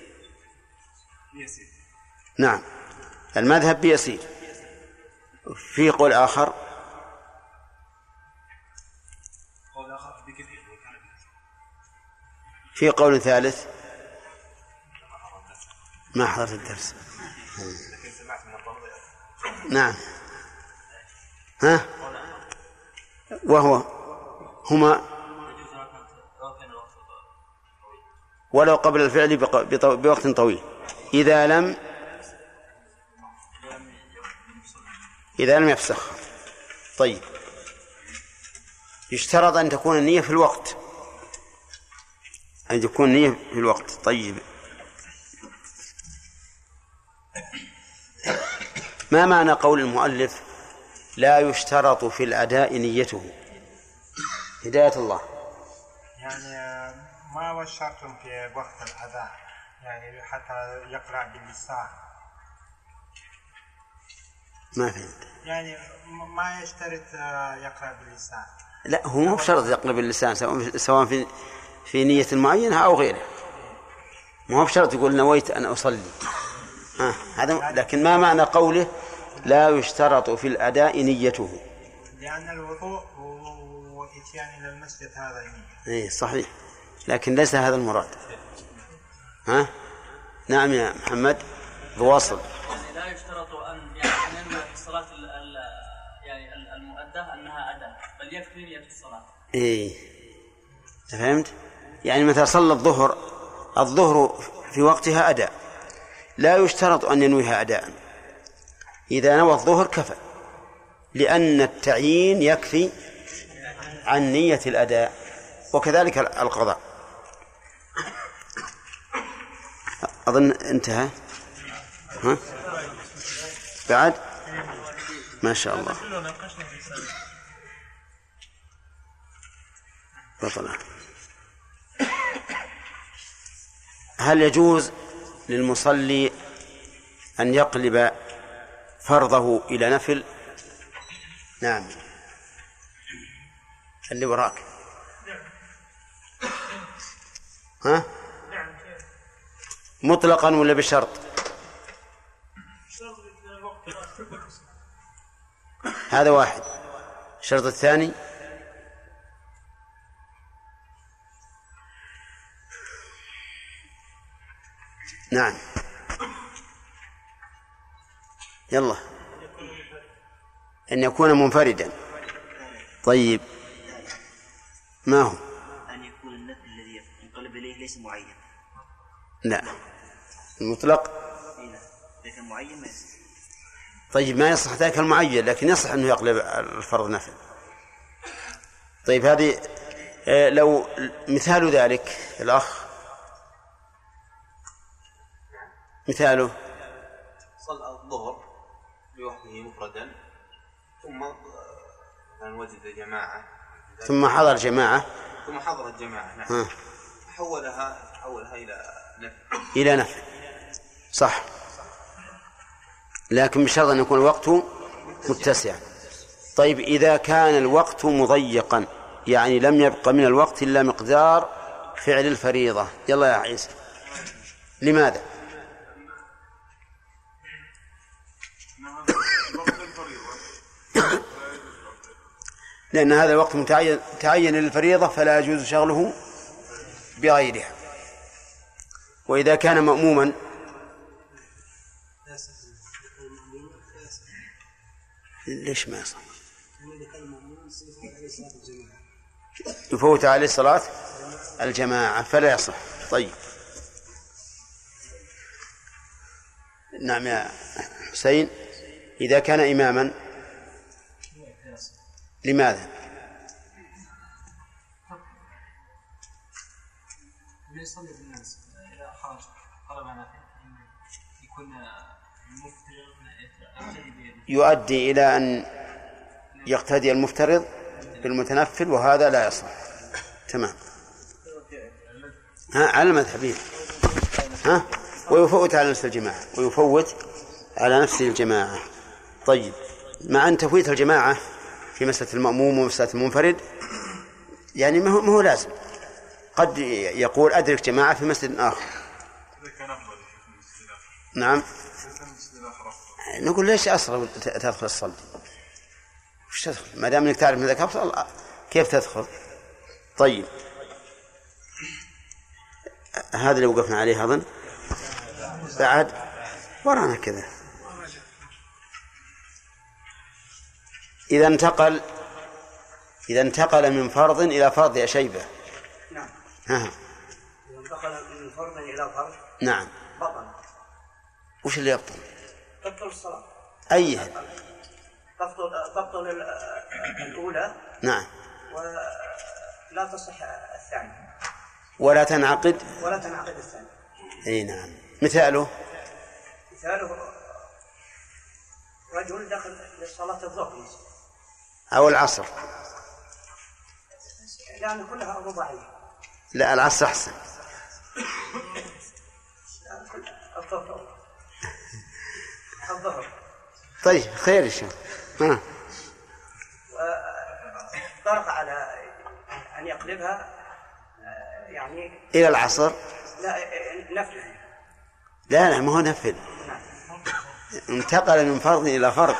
S1: نعم المذهب بيسير. في قول آخر في قول ثالث ما حضرت الدرس. نعم ها وهو هما ولو قبل الفعل بوقت طويل إذا لم إذا لم يفسخ. طيب يشترط أن تكون النية في الوقت، أن تكون النية في الوقت. طيب ما معنى قول المؤلف لا يشترط في الأداء نيته؟ هداية الله.
S9: يعني ما هو الشرط في وقت الأداء، يعني حتى يقرأ باللسان؟
S1: ما فهمت.
S9: يعني ما يشترط يقرأ باللسان؟
S1: لا هو مو بشرط يقرأ باللسان سواء في في نية معينة أو غيره، مو بشرط يقول نويت أن أصلي آه. هذا. لكن ما معنى قوله لا يشترط في الأداء نيته؟
S9: لأن الوضوء والإتيان إلى المسجد هذا النية.
S1: إيه صحيح، لكن ليس هذا المراد. ها نعم يا محمد بواصل.
S15: يعني لا يشترط أن يعني أن ينوي في الصلاة يعني المؤدة أنها أداء، بل يكفي نية الصلاة.
S1: إيه فهمت؟ يعني مثلا صلى الظهر الظهر في وقتها أداء، لا يشترط أن ينويها أداء، إذا نوى الظهر كفى، لأن التعيين يكفي عن نية الأداء، وكذلك القضاء. أظن انتهى. ها بعد ما شاء الله بطلع. هل يجوز للمصلي أن يقلب فرضه إلى نفل؟ نعم اللي وراك. ها مطلقا ولا بشرط؟ هذا واحد. الشرط الثاني نعم يلا أن يكون منفردا. طيب ما هو؟
S3: أن يكون النفل الذي ينقلب إليه ليس معين.
S1: لا المطلق
S3: ذاك المعين ما يصح.
S1: طيب ما يصح ذاك المعين، لكن يصح أنه يقلب الفرض نفل. طيب هذه لو مثال ذلك الأخ مثاله
S11: صلى الظهر لوحده مفردا ثم وجد جماعة
S1: ثم حضر جماعة
S11: ثم حضر الجماعة نعم ها. حولها حولها إلى نفل
S1: إلى نفل صح، لكن بشرط أن يكون الوقت متسعا. طيب إذا كان الوقت مضيقا يعني لم يبق من الوقت إلا مقدار فعل الفريضة، يلا يا عيسى لماذا؟ لأن هذا الوقت متعين تعين للفريضة فلا يجوز شغله بغيرها. وإذا كان مأموما ليش ما يصح؟ يفوت عليه صلاة الجماعة فلا يصح. طيب نعم يا حسين إذا كان إماما لماذا؟
S17: يصلي بالناس إذا خرج طلب نافع يكون
S1: يؤدي إلى أن يقتدي المفترض بالمتنفل، وهذا لا يصح. تمام. ها على المذهبين. ها ويفوت على نفس الجماعة ويفوت على نفس الجماعة. طيب، مع أن تفويت الجماعة في مسألة المأموم ومسألة المنفرد يعني ما هو, ما هو لازم. قد يقول أدرك جماعة في مسجد آخر. نعم. نقول ليش أصلا تدخل الصلاة؟ وش تدخل؟ ما دام إنك تعرف أنك أفضل كيف تدخل؟ طيب، هذا اللي وقفنا عليه أظن. بعد ورانا كذا. إذا انتقل إذا انتقل من فرض إلى فرض يا شيبة.
S18: نعم.
S1: ها.
S18: إذا انتقل من فرض إلى فرض.
S1: نعم.
S18: بطل.
S1: وش اللي يبطل؟
S18: تبطل الصلاة.
S1: أيها.
S18: تبطل تبطل الأولى.
S1: نعم.
S18: ولا تصح الثانية.
S1: ولا تنعقد.
S18: ولا تنعقد الثانية.
S1: أي نعم. مثاله.
S18: مثاله رجل دخل لصلاة الظهر
S1: أو العصر.
S18: لأن كلها رباعية.
S1: لا العصر أحسن.
S18: الظهر. الظهر.
S1: طيب خير إن شاء الله.
S18: طرق على أن يقلبها يعني
S1: إلى العصر.
S18: لا نفل.
S1: لا لا ما هو نفل. انتقل من فرض إلى فرض.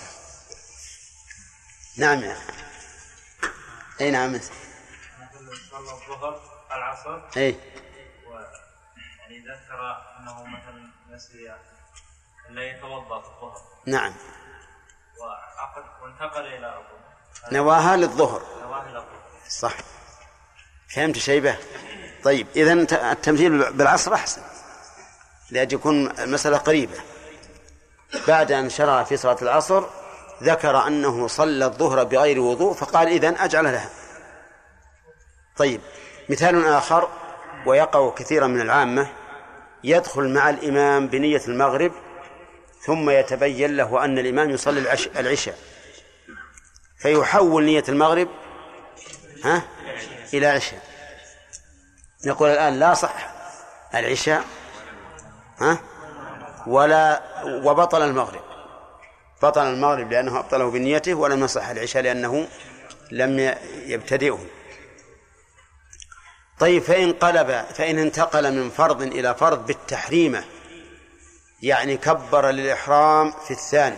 S1: نعم يا أخي. أي نعم.
S19: صلى الظهر العصر.
S1: أي.
S19: يعني ذكر أنه مثلا نسي لا يتوضأ في الظهر.
S1: نعم.
S19: وعقد وانتقل إلى الظهر.
S1: نواها للظهر.
S19: نواها للظهر.
S1: صح. فهمت شيبة؟ طيب إذن التمثيل بالعصر أحسن لأجل يكون المسألة قريبة. بعد أن شرع في صلاة العصر ذكر أنه صلى الظهر بغير وضوء فقال إذن أجعل لها. طيب، مثال آخر ويقع كثيرا من العامة: يدخل مع الإمام بنية المغرب ثم يتبين له أن الإمام يصلي العشاء فيحول نية المغرب ها إلى عشاء. نقول الآن لا صح العشاء ها ولا وبطل المغرب. بطل المغرب لأنه أبطله بنيته، ولم يصح العشاء لأنه لم يبتدئه. طيب، فإن قلب فإن انتقل من فرض إلى فرض بالتحريمة، يعني كبر للإحرام في الثاني.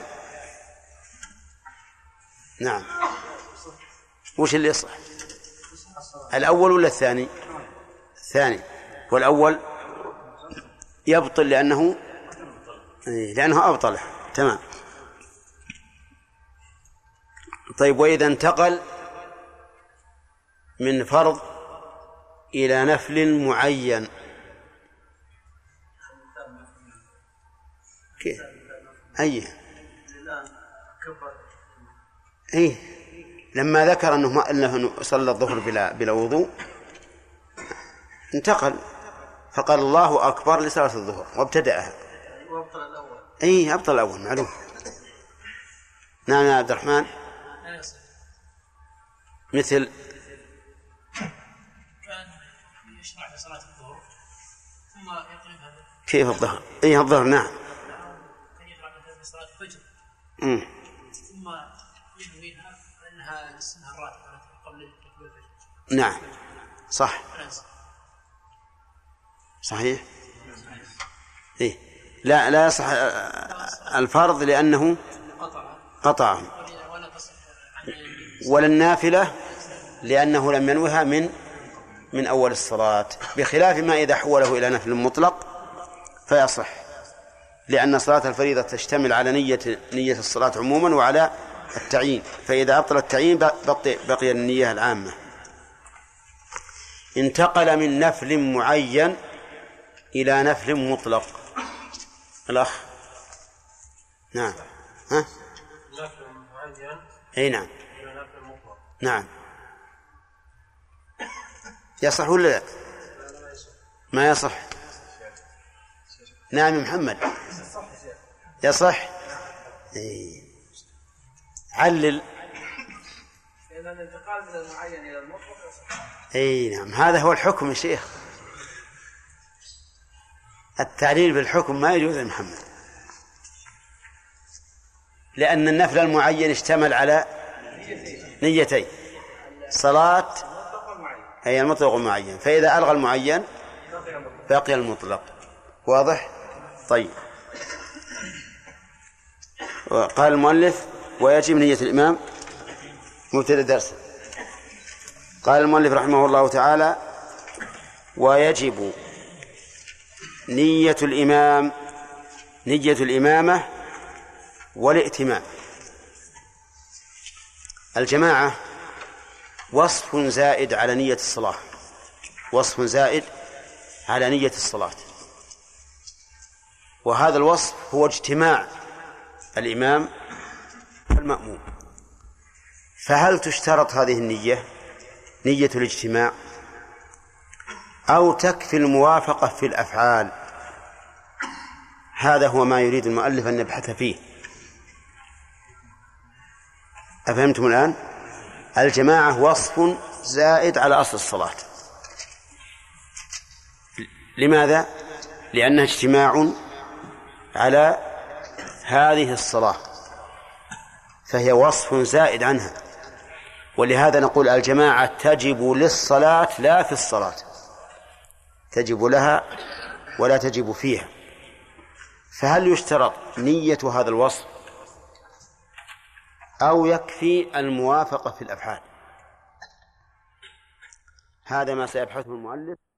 S1: نعم. وش اللي يصح؟ الأول ولا الثاني؟ الثاني. والأول يبطل لأنه لأنه أبطله. تمام. طيب، وإذا انتقل من فرض إلى نفل معين كيف؟ أيه؟ إيه؟ لما ذكر أنه أنه صلى الظهر بلا بلا وضوء انتقل فقال الله أكبر لصلاة الظهر وابتدأها.
S16: وابطل الأول.
S1: إيه أبطل الأول معلوم. نعم يا عبد الرحمن. مثل
S6: كان يشرع لصلاة الظهر ثم يقلبها.
S1: كيف الظهر؟ إيه الظهر. نعم.
S6: كان يشرع مثلا لصلاة الفجر.
S1: أمم.
S6: ثم ينويها أنها لسنها الراتب قبل الفجر.
S1: نعم صح. صحيح. إيه لا لا صح الفرض لأنه قطعه، ولا النافلة لأنه لم ينوها من من أول الصلاة، بخلاف ما إذا حوله إلى نفل مطلق فيصح، لأن صلاة الفريضة تشتمل على نية نية الصلاة عموما وعلى التعيين، فإذا أبطل التعيين بقي النية العامة. انتقل من نفل معين إلى نفل مطلق. الأخ. نعم. ها؟
S4: نفل معين.
S1: أي نعم.
S4: إلى نفل مطلق.
S1: نعم. يصح ولا لا؟ ما يصح. نعم محمد.
S4: يصح.
S1: إيه. علل.
S16: لأن الانتقال من المعين إلى المطلق يصح.
S1: أي نعم، هذا هو الحكم يا شيخ. التعليل بالحكم ما يجوز يا محمد، لأن النفل المعين اشتمل على نيتين، صلاة أي المطلق المعين، فإذا ألغى المعين بقي المطلق. واضح؟ طيب. قال المؤلف ويجب نية الإمام مبتدأ درس. قال المؤلف رحمه الله تعالى ويجب نية الإمام نية الإمامة والائتمام. الجماعة وصف زائد على نية الصلاة، وصف زائد على نية الصلاة، وهذا الوصف هو اجتماع الإمام والمأموم. فهل تشترط هذه النية نية الاجتماع أو تكفي الموافقة في الأفعال؟ هذا هو ما يريد المؤلف أن يبحث فيه. أفهمتم الآن؟ الجماعة وصف زائد على أصل الصلاة. لماذا؟ لأنها اجتماع على هذه الصلاة، فهي وصف زائد عنها، ولهذا نقول الجماعة تجب للصلاة لا في الصلاة، تجب لها ولا تجب فيها. فهل يشترط نية هذا الوصف أو يكفي الموافقة في الأفعال؟ هذا ما سيبحثه المؤلف.